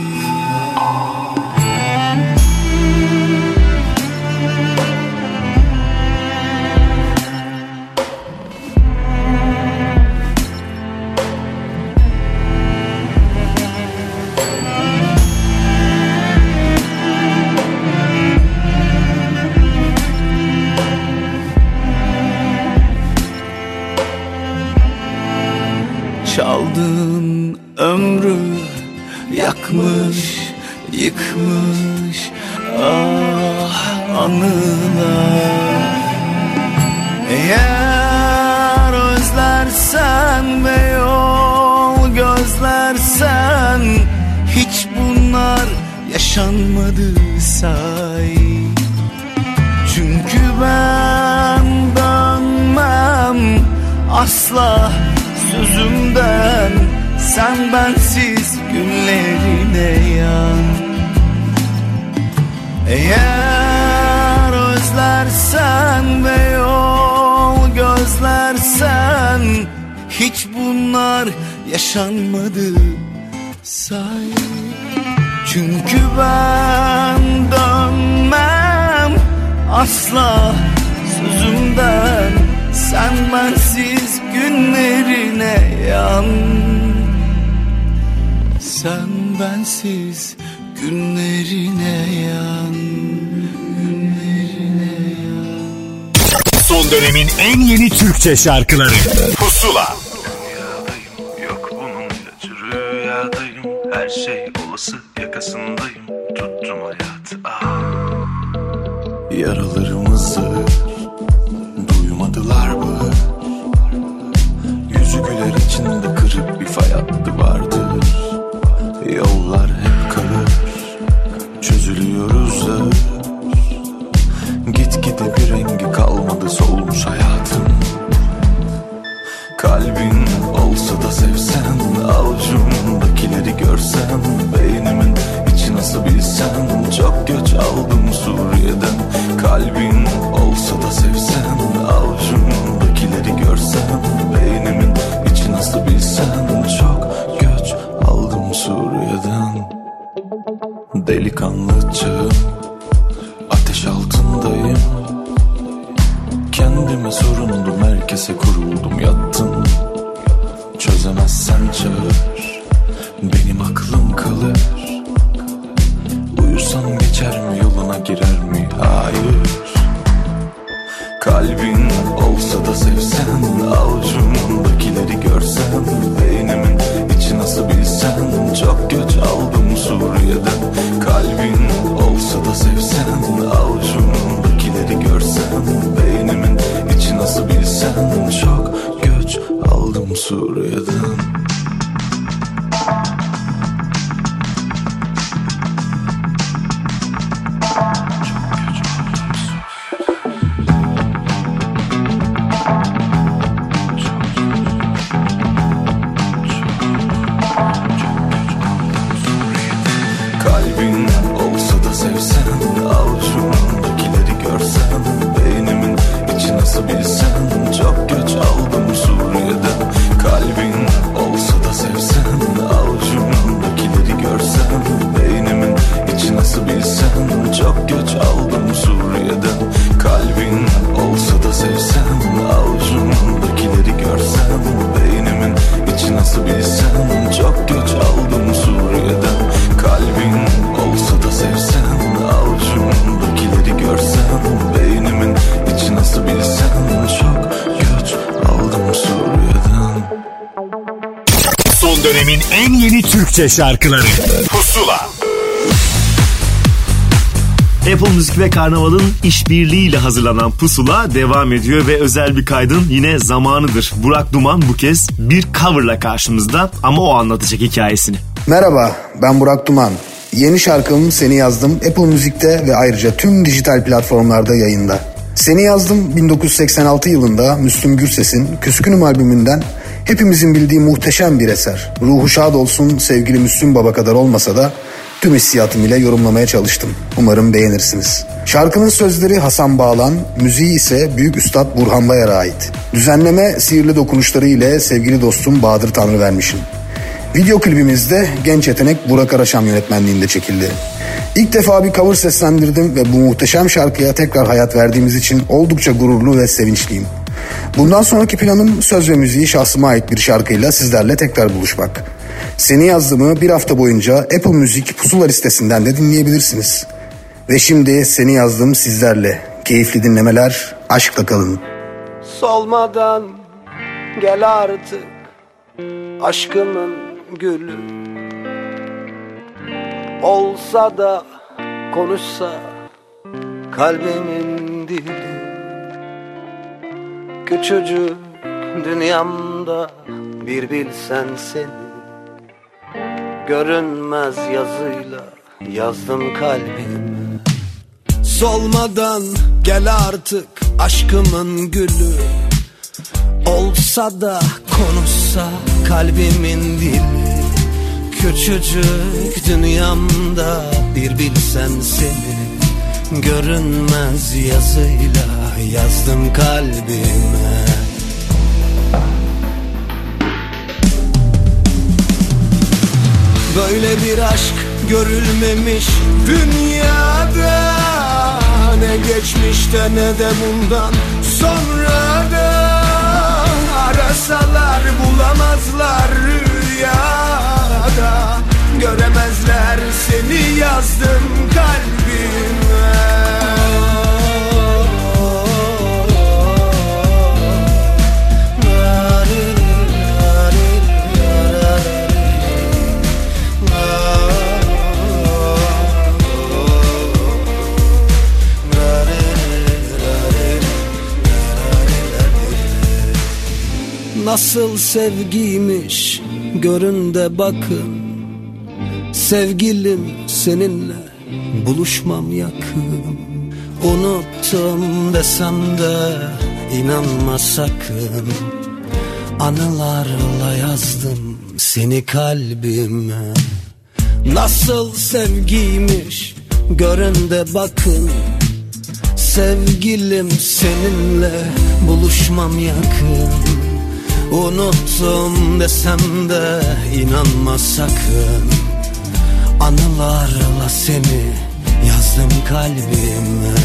Çaldığın ömrü yakmış, yıkmış ah anılar. Eğer özlersen ve yol gözlersen, hiç bunlar yaşanmadı say. Çünkü ben dönmem asla sözümden. Sen bensiz günlerine yan. Eğer özlersen ve yol gözlersen, hiç bunlar yaşanmadı say. Çünkü ben dönmem asla sözümden. Sen bensiz günlerine yan. Sen bensiz günlerine yan. Günlerine yan. Son dönemin en yeni Türkçe şarkıları Pusula. Yok bunun ilacı rüyadayım. Her şey olası yakasındayım. Tuttum hayatı Yaralarımızı duymadılar mı? Yüzü güler içinde kırık bir fay hattı vardır. Yollar hep kalır, çözülüyoruz da. Gitgide bir rengi kalmadı solmuş hayatım. Kalbin olsa da sevsen, avucumdakileri görsen, beynimin içi nasıl bilsen. Çok göç aldım Suriye'den. Kalbin olsa da sevsen, avucumdakileri görsen, beynimin içi nasıl bilsen. Çok göç aldım Suriye'den. Delikanlıcığım, ateş altındayım. Kendime sorundum, herkese kuruldum, yattım. Çözemezsen çağır, benim aklım kalır. Uyusan geçer mi, yoluna girer mi? Hayır. Kalbin olsa da sevsen, avucumdakileri görsen, beynimin içi nasıl bilsen. Çok göç aldım Suriye'den. Kalbin olsa da sevsen, avucumdakileri görsen, beynimin içi nasıl bilsen. Çok göç aldım Suriye'den. dönemin en yeni Türkçe şarkıları Pusula. Apple Müzik ve Karnaval'ın işbirliğiyle hazırlanan Pusula devam ediyor ve özel bir kaydın yine zamanıdır. Burak Duman bu kez bir coverla karşımızda ama o anlatacak hikayesini. Merhaba, ben Burak Duman. Yeni şarkım Seni Yazdım Apple Müzik'te ve ayrıca tüm dijital platformlarda yayında. Seni Yazdım 1986 yılında Müslüm Gürses'in Küskünüm albümünden hepimizin bildiği muhteşem bir eser. Ruhu şad olsun sevgili Müslüm Baba kadar olmasa da tüm hissiyatım ile yorumlamaya çalıştım. Umarım beğenirsiniz. Şarkının sözleri Hasan Bağlan, müziği ise Büyük Üstad Burhan Bayar'a ait. Düzenleme sihirli dokunuşları ile sevgili dostum Bahadır Tanrıvermiş'in. Video klibimizde genç yetenek Burak Araşam yönetmenliğinde çekildi. İlk defa bir cover seslendirdim ve bu muhteşem şarkıya tekrar hayat verdiğimiz için oldukça gururlu ve sevinçliyim. Bundan sonraki planım söz ve müziği şahsıma ait bir şarkıyla sizlerle tekrar buluşmak. Seni Yazdım'ı bir hafta boyunca Apple Müzik Pusula listesinden de dinleyebilirsiniz. Ve şimdi Seni Yazdım sizlerle. Keyifli dinlemeler, aşkla kalın. Solmadan gel artık aşkımın gülü. Olsa da konuşsa kalbimin dili. Küçücük dünyamda bir bilsen seni. Görünmez yazıyla yazdım kalbime. solmadan gel artık aşkımın gülü. Olsa da konuşsa kalbimin dili. Küçücük dünyamda bir bilsen seni. Görünmez yazıyla yazdım kalbime. Böyle bir aşk görülmemiş dünyada. Ne geçmişte ne de bundan sonra da. Arasalar bulamazlar rüyada. Göremezler seni yazdım kalbime. Nasıl sevgiymiş görün de bakın. Sevgilim seninle buluşmam yakın. Unuttum desem de inanma sakın. Anılarla yazdım seni kalbime. Nasıl sevgiymiş görün de bakın. Sevgilim seninle buluşmam yakın. Unuttum desem de inanma sakın. Anılarla seni yazdım kalbime.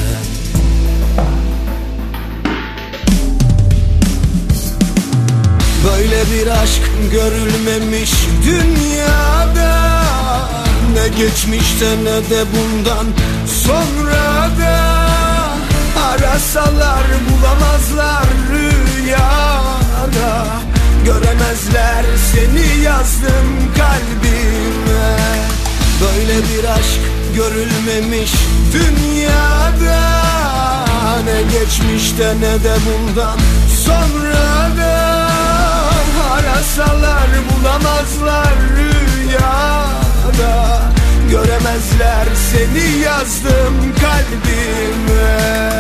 Böyle bir aşk görülmemiş dünyada. Ne geçmişte ne de bundan sonra da. Arasalar bulamazlar rüyada. Göremezler seni yazdım kalbime. Böyle bir aşk görülmemiş dünyada. Ne geçmişte ne de bundan sonra da. Arasalar bulamazlar rüyada. Göremezler seni yazdım kalbime.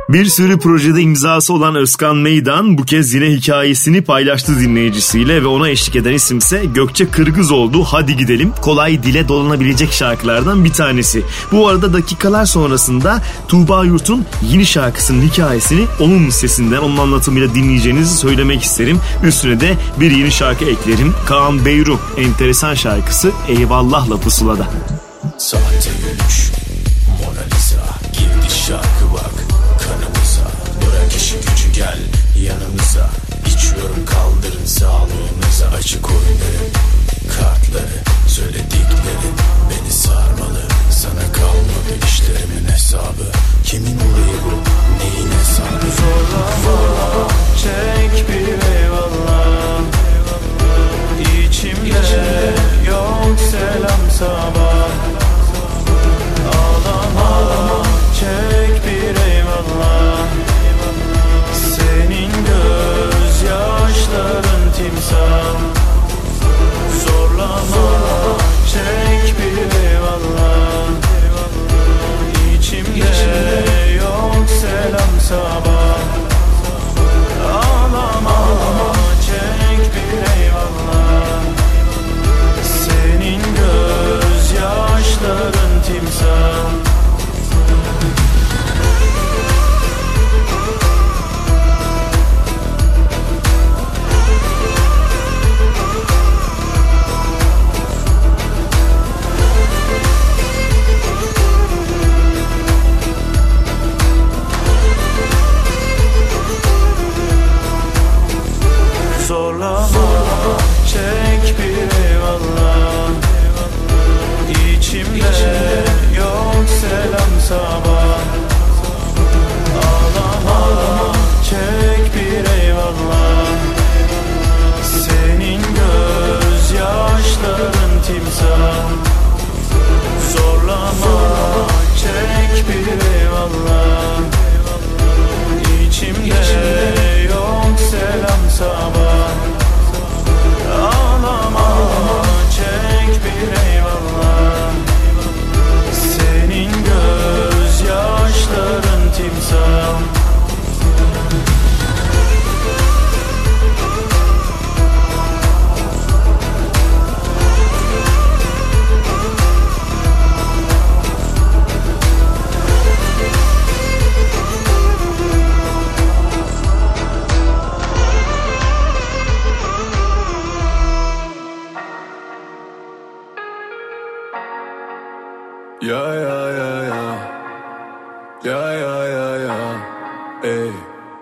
Bir sürü projede imzası olan Özkan Meydan bu kez yine hikayesini paylaştı dinleyicisiyle ve ona eşlik eden isimse Gökçe Kırgızoğlu. Hadi gidelim. Kolay dile dolanabilecek şarkılardan bir tanesi. Bu arada dakikalar sonrasında Tuğba Yurt'un yeni şarkısının hikayesini onun sesinden, onun anlatımıyla dinleyeceğinizi söylemek isterim. Üstüne de bir yeni şarkı eklerim. Kaan Beyru enteresan şarkısı Eyvallah'la Pusula'da. Sahte gülüş, Mona Lisa, girdi şarkı bak kanımıza. Bırak işi gücü gel yanımıza. İçiyorum kaldırın sağlığınıza. Açık oyunların kartları, söylediklerin beni sarmalı. Sana kalmadı işlerimin hesabı. Kimin olayı bu, neyin hesabı? Zorlama, çek bir eyvallah. İçimde yok selam sabah. Ağlama, çek bir eyvallah. Senin gözyaşların timsah. Zorlama, çek bir eyvallah. İçimde yok selam sabah. Ağlama, çek bir eyvallah. Senin gözyaşların timsah. Zorlama, çek bir eyvallah. İçimde yok selam sabah. Ağlama, çek bir eyvallah. Senin gözyaşların timsah. Zorlama, çek bir eyvallah. İçimde yok selam sabah. Ağlama, çek bir eyvallah. Senin gözyaşların timsah. Ya ya ya ya, ya ya ya ya, ey.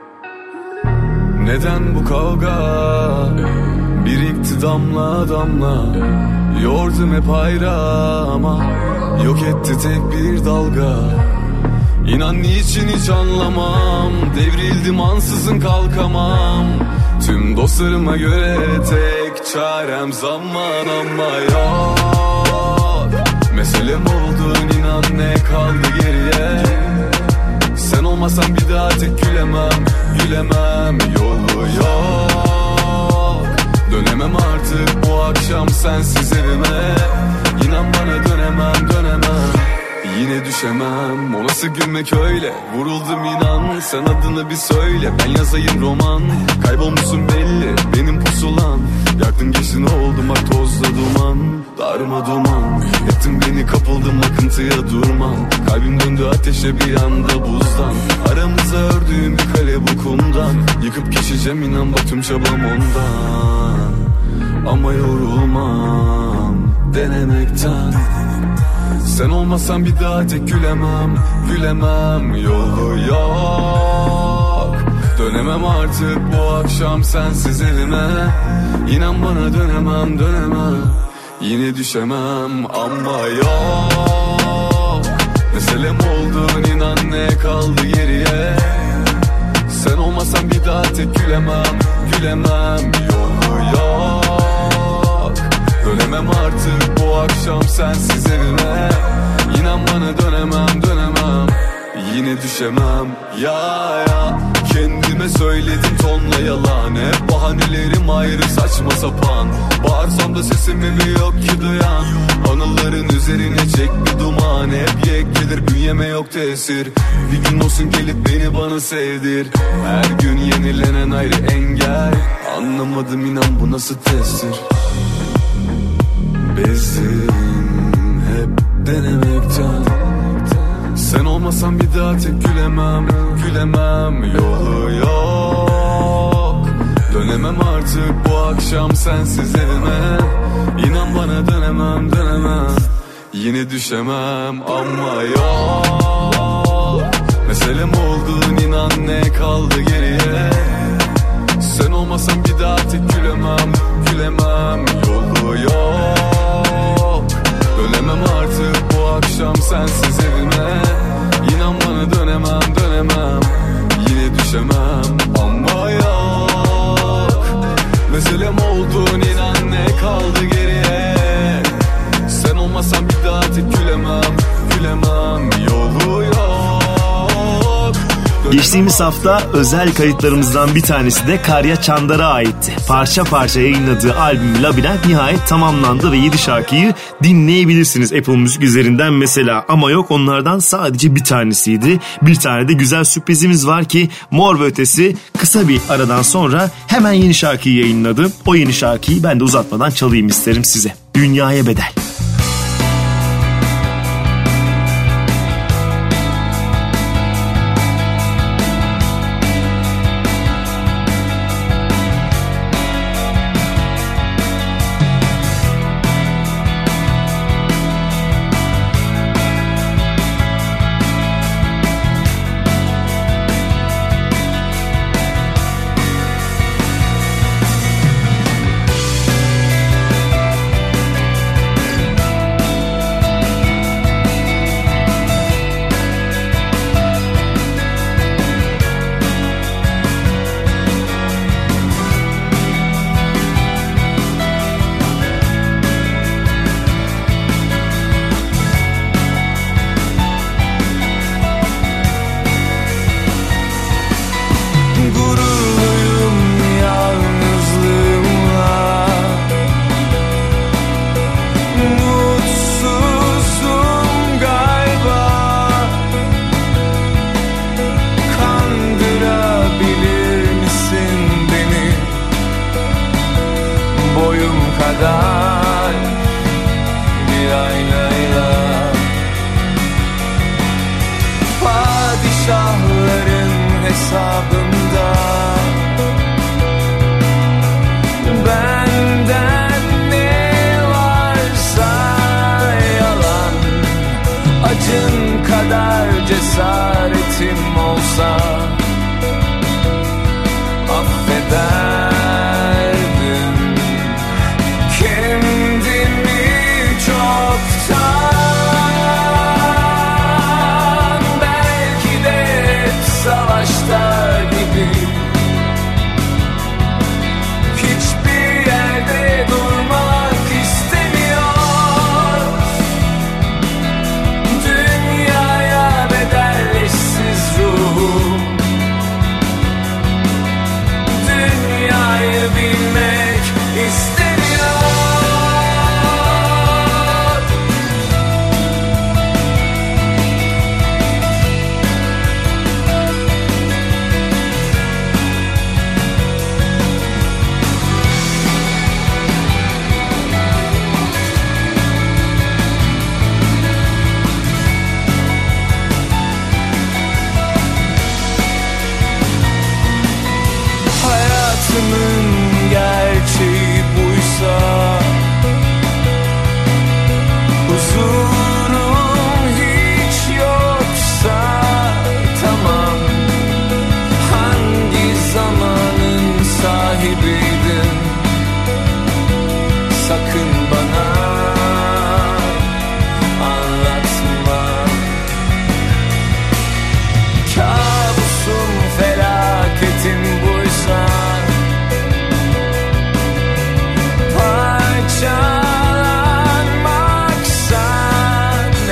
Neden bu kavga? Birikti damla damla. Yordum hep hayra ama yok etti tek bir dalga. İnan niçin hiç anlamam. Devrildim ansızın kalkamam. Tüm dostlarıma göre tek çarem zaman ama yok. Meselem oldun inan ne kaldı geriye. Sen olmasan bir daha tek gülemem. Gülemem yolu yok. Dönemem artık bu akşam sensiz evime. İnan bana dönemem dönemem. Yine düşemem o nasıl gülmek öyle. Vuruldum inan sen adını bir söyle. Ben yazayım roman. Kaybolmuşsun belli benim pusulam. Yaktın geçtin oldum bak tozla duman. Darma duman ettin beni kapıldım akıntıya durmam. Kalbim döndü ateşe bir anda buzdan. Aramıza ördüğüm bir kale bu kumdan. Yıkıp geçeceğim inan bak tüm çabam ondan. Ama yorulmam denemekten. Sen olmasan bir daha tek gülemem. Gülemem yolu yok. Dönemem artık bu akşam sensiz evime. İnan bana dönemem dönemem. Yine düşemem ama yok. Meselem oldun inan ne kaldı geriye. Sen olmasan bir daha tek gülemem. Gülemem yolu yok. Dönemem artık bu akşam sensiz evime. İnan bana dönemem dönemem. Yine düşemem ya ya. Kendime söyledim tonla yalan. Hep bahanelerim ayrı saçma sapan. Bağırsam da sesimi mi yok ki duyan? Anıların üzerine çek bir duman. Hep yek gelir bünyeme yok tesir. Bir gün olsun gelip beni bana sevdir. Her gün yenilenen ayrı engel. Anlamadım inan bu nasıl testtir. Bezdim hep denemekten. Sen olmasan bir daha tek gülemem. Gülemem yolu yok. Dönemem artık bu akşam sensiz evime. İnan bana dönemem dönemem. Yine düşemem ama yok. Meselem oldun inan ne kaldı geriye. Sen olmasan bir daha tek gülemem. Gülemem yolu yok. Dönemem artık bu akşam sensiz evime. İnan bana dönemem dönemem. Yine düşemem ama yok. Meselem oldun inan ne kaldı geriye. Sen olmasan bir daha tek gülemem. Gülemem yolu yok. Geçtiğimiz hafta özel kayıtlarımızdan bir tanesi de Karya Çandar'a aitti. Parça parça yayınladığı albüm Labirent nihayet tamamlandı ve 7 şarkıyı dinleyebilirsiniz Apple Müzik üzerinden mesela. Ama yok, onlardan sadece bir tanesiydi. Bir tane de güzel sürprizimiz var ki Mor ve Ötesi kısa bir aradan sonra hemen yeni şarkıyı yayınladı. O yeni şarkıyı ben de uzatmadan çalayım isterim size. Dünyaya Bedel.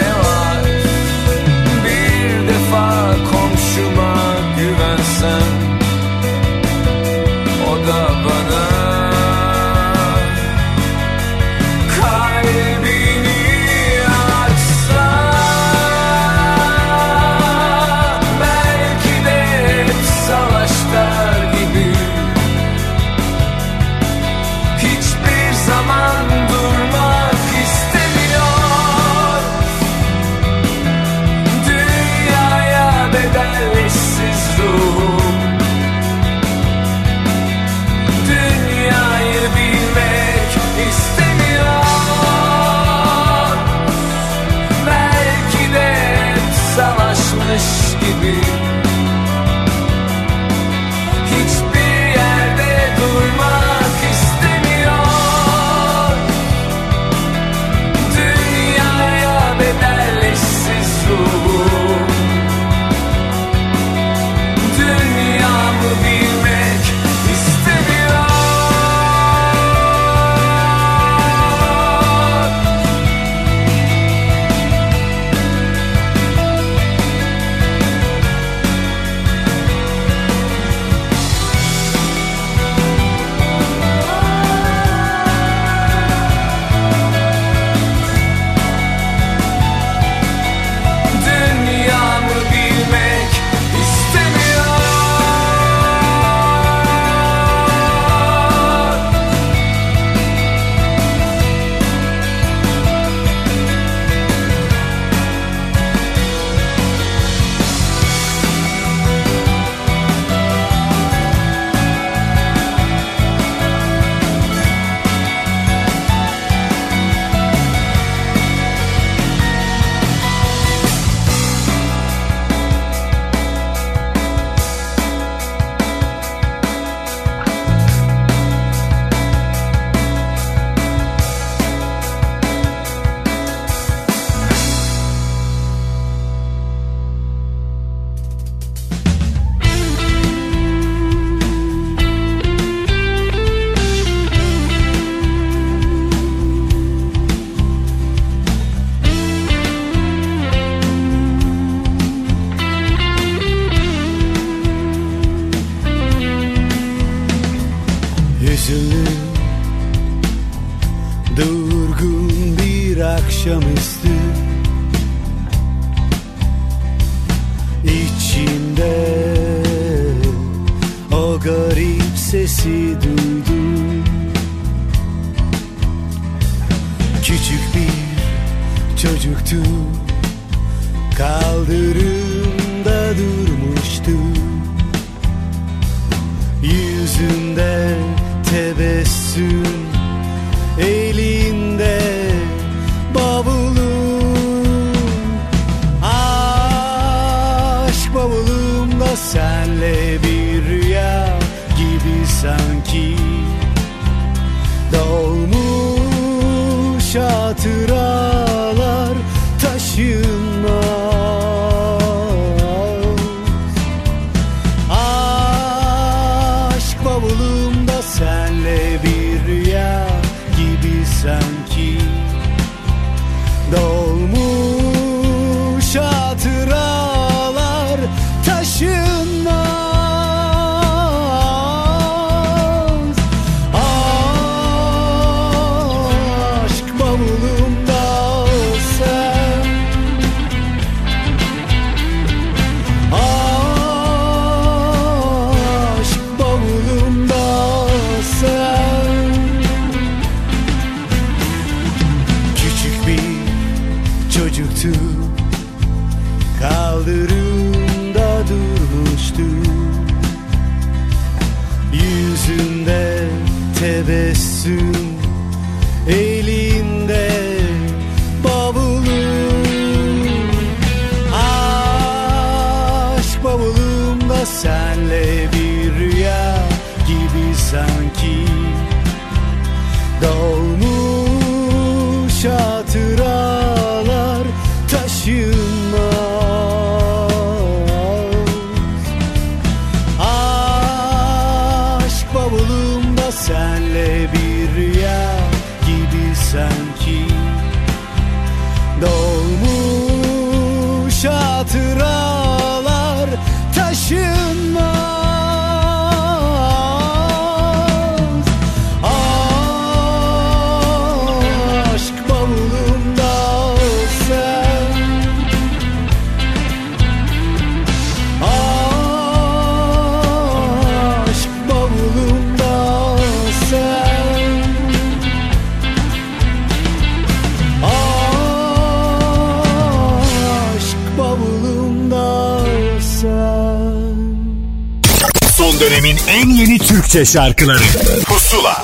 Komşuma güvensen Durgun bir akşamüstü, İçimde o garip sesi duydum. Küçük bir çocuktu, kaldırımda durmuştu. Yüzünde tebessüm, elinde bavulum. Aşk bavulumda senle bir rüya gibi sanki. Dolmuş hatıralar taşınmaz. Aşk bavulumda senle bir rüya gibi sanki. Dolmuş hatıralar taşınmaz. Aşk bavulumda sen, aşk bavulumda sen. Küçük bir çocuktu, kaldırımda durmuştu. Yüzünde tebessüm, elinde bavulum. Aşk bavulumda senle bir rüya gibi sanki. Dolmuş hatıralar taşınmaz. Aşk bavulumda senle bir rüya gibi sanki. Dolmuş hatıralar taşınmaz. Aşk bavulumda sen, aşk bavulumda sen, aşk bavulumda sen. Son dönemin en yeni Türkçe şarkıları Pusula.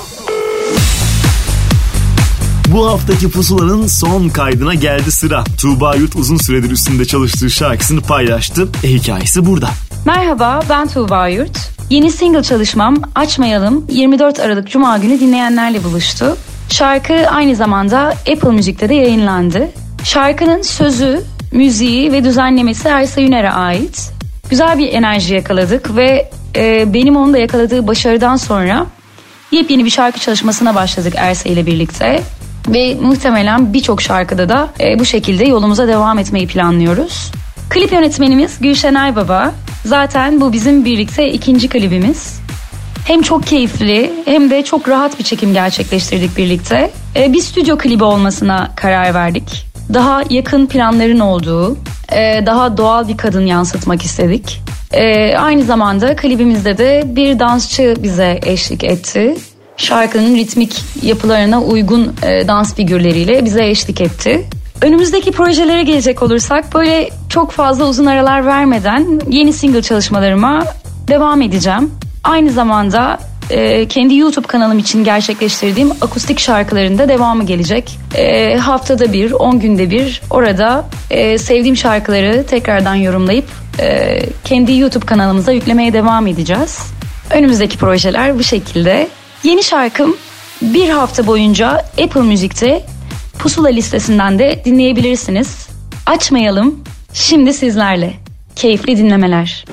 Bu haftaki Pusula'nın son kaydına geldi sıra. Tuğba Yurt uzun süredir üstünde çalıştığı şarkısını paylaştı. Hikayesi burada. Merhaba, ben Tuğba Yurt. Yeni single çalışmam Açmayalım 24 Aralık Cuma günü dinleyenlerle buluştu. Şarkı aynı zamanda Apple Müzik'te de yayınlandı. Şarkının sözü, müziği ve düzenlemesi Ersay Üner'e ait. Güzel bir enerji yakaladık ve benim onun da yakaladığı başarıdan sonra yepyeni bir şarkı çalışmasına başladık Ersay ile birlikte. Ve muhtemelen birçok şarkıda da bu şekilde yolumuza devam etmeyi planlıyoruz. Klip yönetmenimiz Gülşen Aybaba. Zaten bu bizim birlikte ikinci klibimiz. Hem çok keyifli hem de çok rahat bir çekim gerçekleştirdik birlikte. Bir stüdyo klibi olmasına karar verdik. Daha yakın planların olduğu, daha doğal bir kadın yansıtmak istedik. Aynı zamanda klibimizde de bir dansçı bize eşlik etti. Şarkının ritmik yapılarına uygun dans figürleriyle bize eşlik etti. Önümüzdeki projelere gelecek olursak böyle çok fazla uzun aralar vermeden yeni single çalışmalarıma devam edeceğim. Aynı zamanda kendi YouTube kanalım için gerçekleştirdiğim akustik şarkılarında devamı gelecek. Haftada bir, 10 günde bir orada sevdiğim şarkıları tekrardan yorumlayıp kendi YouTube kanalımıza yüklemeye devam edeceğiz. Önümüzdeki projeler bu şekilde. Yeni şarkım bir hafta boyunca Apple Müzik'te Pusula listesinden de dinleyebilirsiniz. Açmayalım, şimdi sizlerle. Keyifli dinlemeler.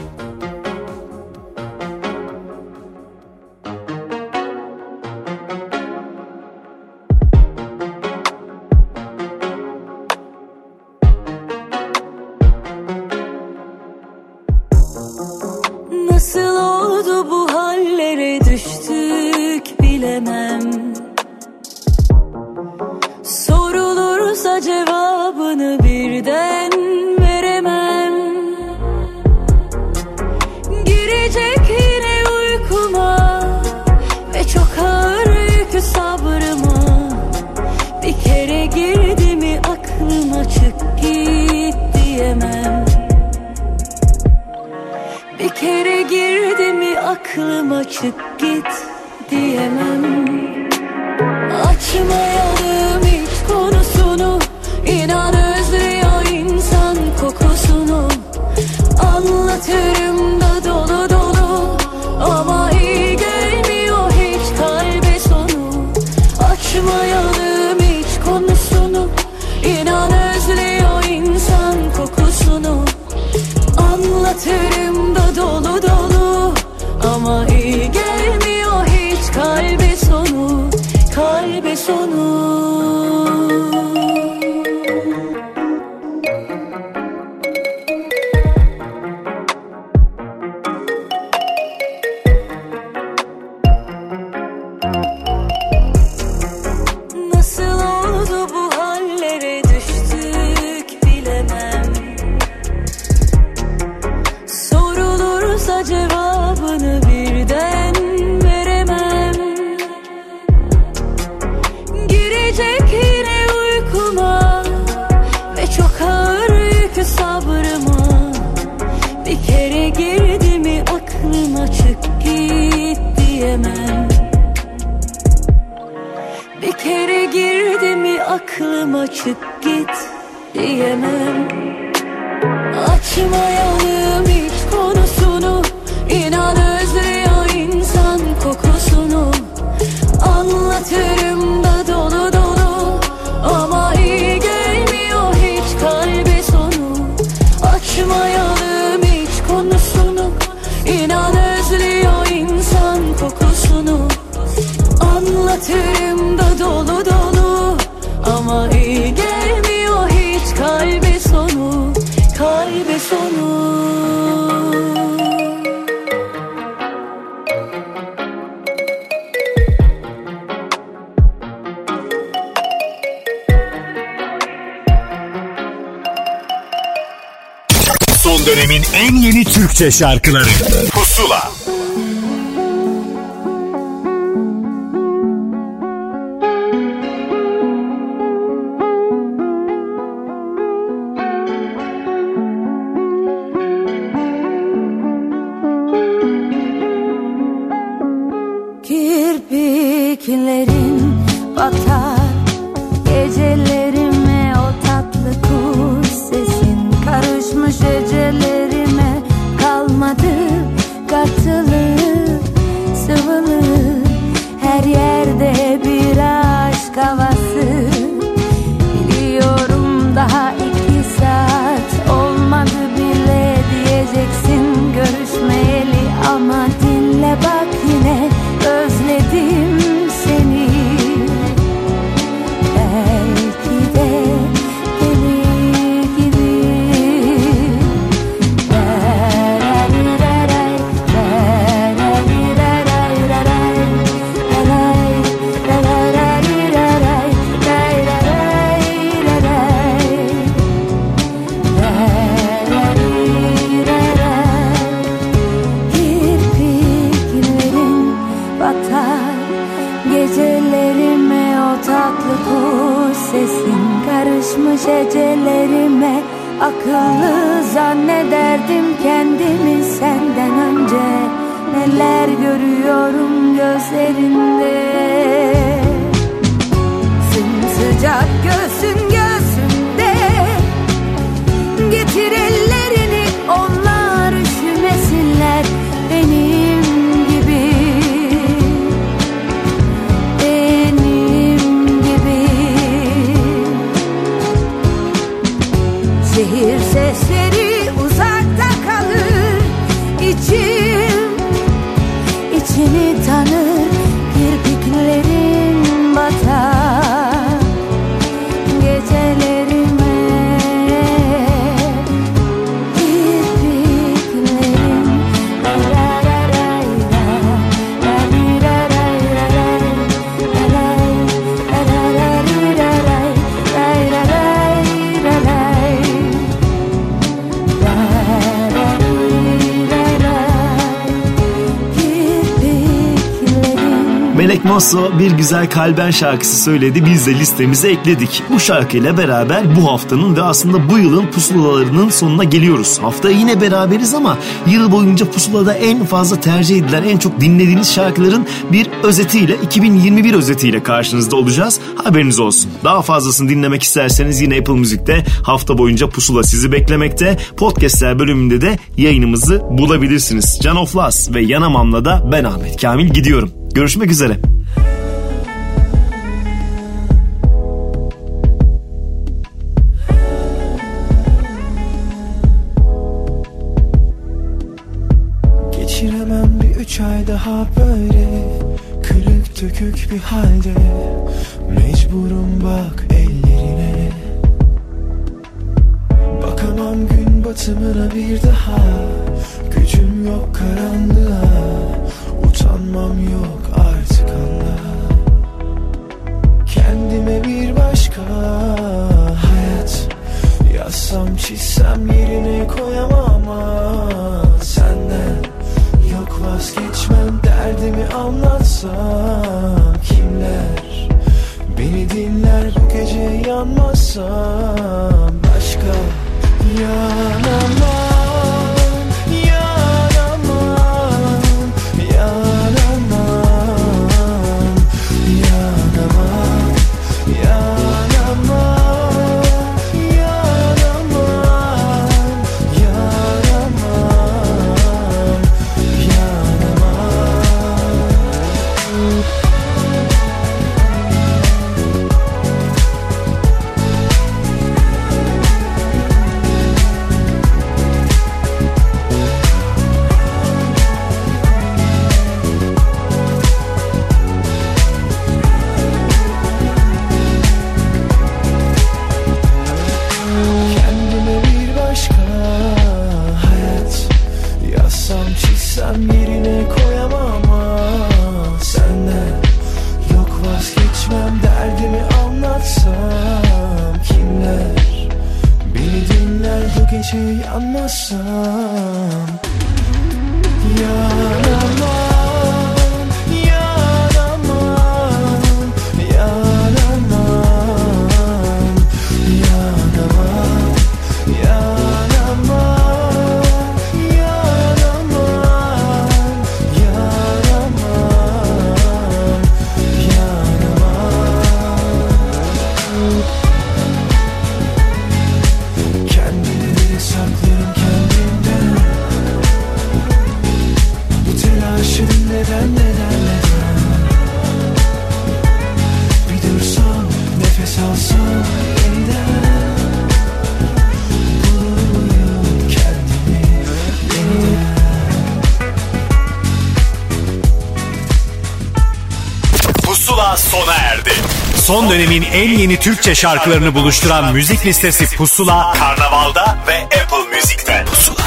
Nasıl oldu bu hallere düştük bilemem. aklım açık git diyemem. Açmayalım hiç konusunu, İnan özlüyor insan kokusunu. Anlatırım da dolu dolu, ama iyi gelmiyor hiç kalbe sonu. Açmayalım hiç konusunu, İnan özlüyor insan kokusunu. Anlatırım da dolu dolu, ama iyi gelmiyor hiç kalbe sonu. Kalbe sonu. Cevabını birden veremem. Girecek yine uykuma ve çok ağır yükü sabrıma. Bir kere girdi mi aklım açık git diyemem. Bir kere girdi mi aklım açık git diyemem. Açmayalım hiç konusunu, İnan özlüyor insan kokusunu. Anlatırım da dolu dolu, ama iyi gelmiyor hiç kalbe sonu. Açmayalım hiç konusunu, İnan özlüyor insan kokusunu. Anlatırım da dolu dolu, ama iyi gelmiyor hiç kalbe sonu. Kalbe sonu. Son dönemin en yeni Türkçe şarkıları Pusula. Kirpiklerin batar gecelerime, o tatlı kuş sesin karışmış ecelerime. Kalmadı katılı sıvılı, her yerde bir aşk havası. Biliyorum daha 2 saat olmadı bile diyeceksin görüşmeyeli, ama dinle bak yine özledim seni. Belki de gelir gibi. Kirpiklerin batar gecelerime, o tatlı kuş sesin karışmış ecelerime. Akıllı zannederdim kendimi senden önce, neler görüyorum gözlerinde. Sımsıcak göğsün göğsümde, getir ellerini, onlar üşümesinler benim gibi. Benim gibi. Şehir sesleri uzakta kalır, içim içini tanır. Kirpiklerin Cenk Mosso bir güzel Kalben şarkısı söyledi. Biz de listemize ekledik. Bu şarkıyla beraber bu haftanın ve aslında bu yılın pusulalarının sonuna geliyoruz. Haftaya yine beraberiz ama yıl boyunca pusulada en fazla tercih edilen, en çok dinlediğiniz şarkıların bir özetiyle, 2021 özetiyle karşınızda olacağız. Haberiniz olsun. Daha fazlasını dinlemek isterseniz yine Apple Müzik'te hafta boyunca pusula sizi beklemekte. Podcastler bölümünde de yayınımızı bulabilirsiniz. Can of Laz ve Yanamam'la da ben Ahmet Kamil gidiyorum. Görüşmek üzere. Geçiremem bir 3 ay daha böyle kırık dökük bir halde. Mecburum bak ellerine. Bakamam gün batımına bir daha. Gücüm yok karanlığa. Utanmam yok artık anla. Kendime bir başka hayat yazsam çizsem yerine koyamam ama senden yok vazgeçmem. Derdimi anlatsam kimler beni dinler bu gece yanmazsam başka yanamam. Yerine koyamam ama senden yok vazgeçmem. Derdimi anlatsam kimler beni dinler bu gece yanmazsam yanamam. Sona erdi. Son dönemin en yeni Türkçe şarkılarını buluşturan müzik listesi Pusula, Karnaval'da ve Apple Müzik'te. Pusula.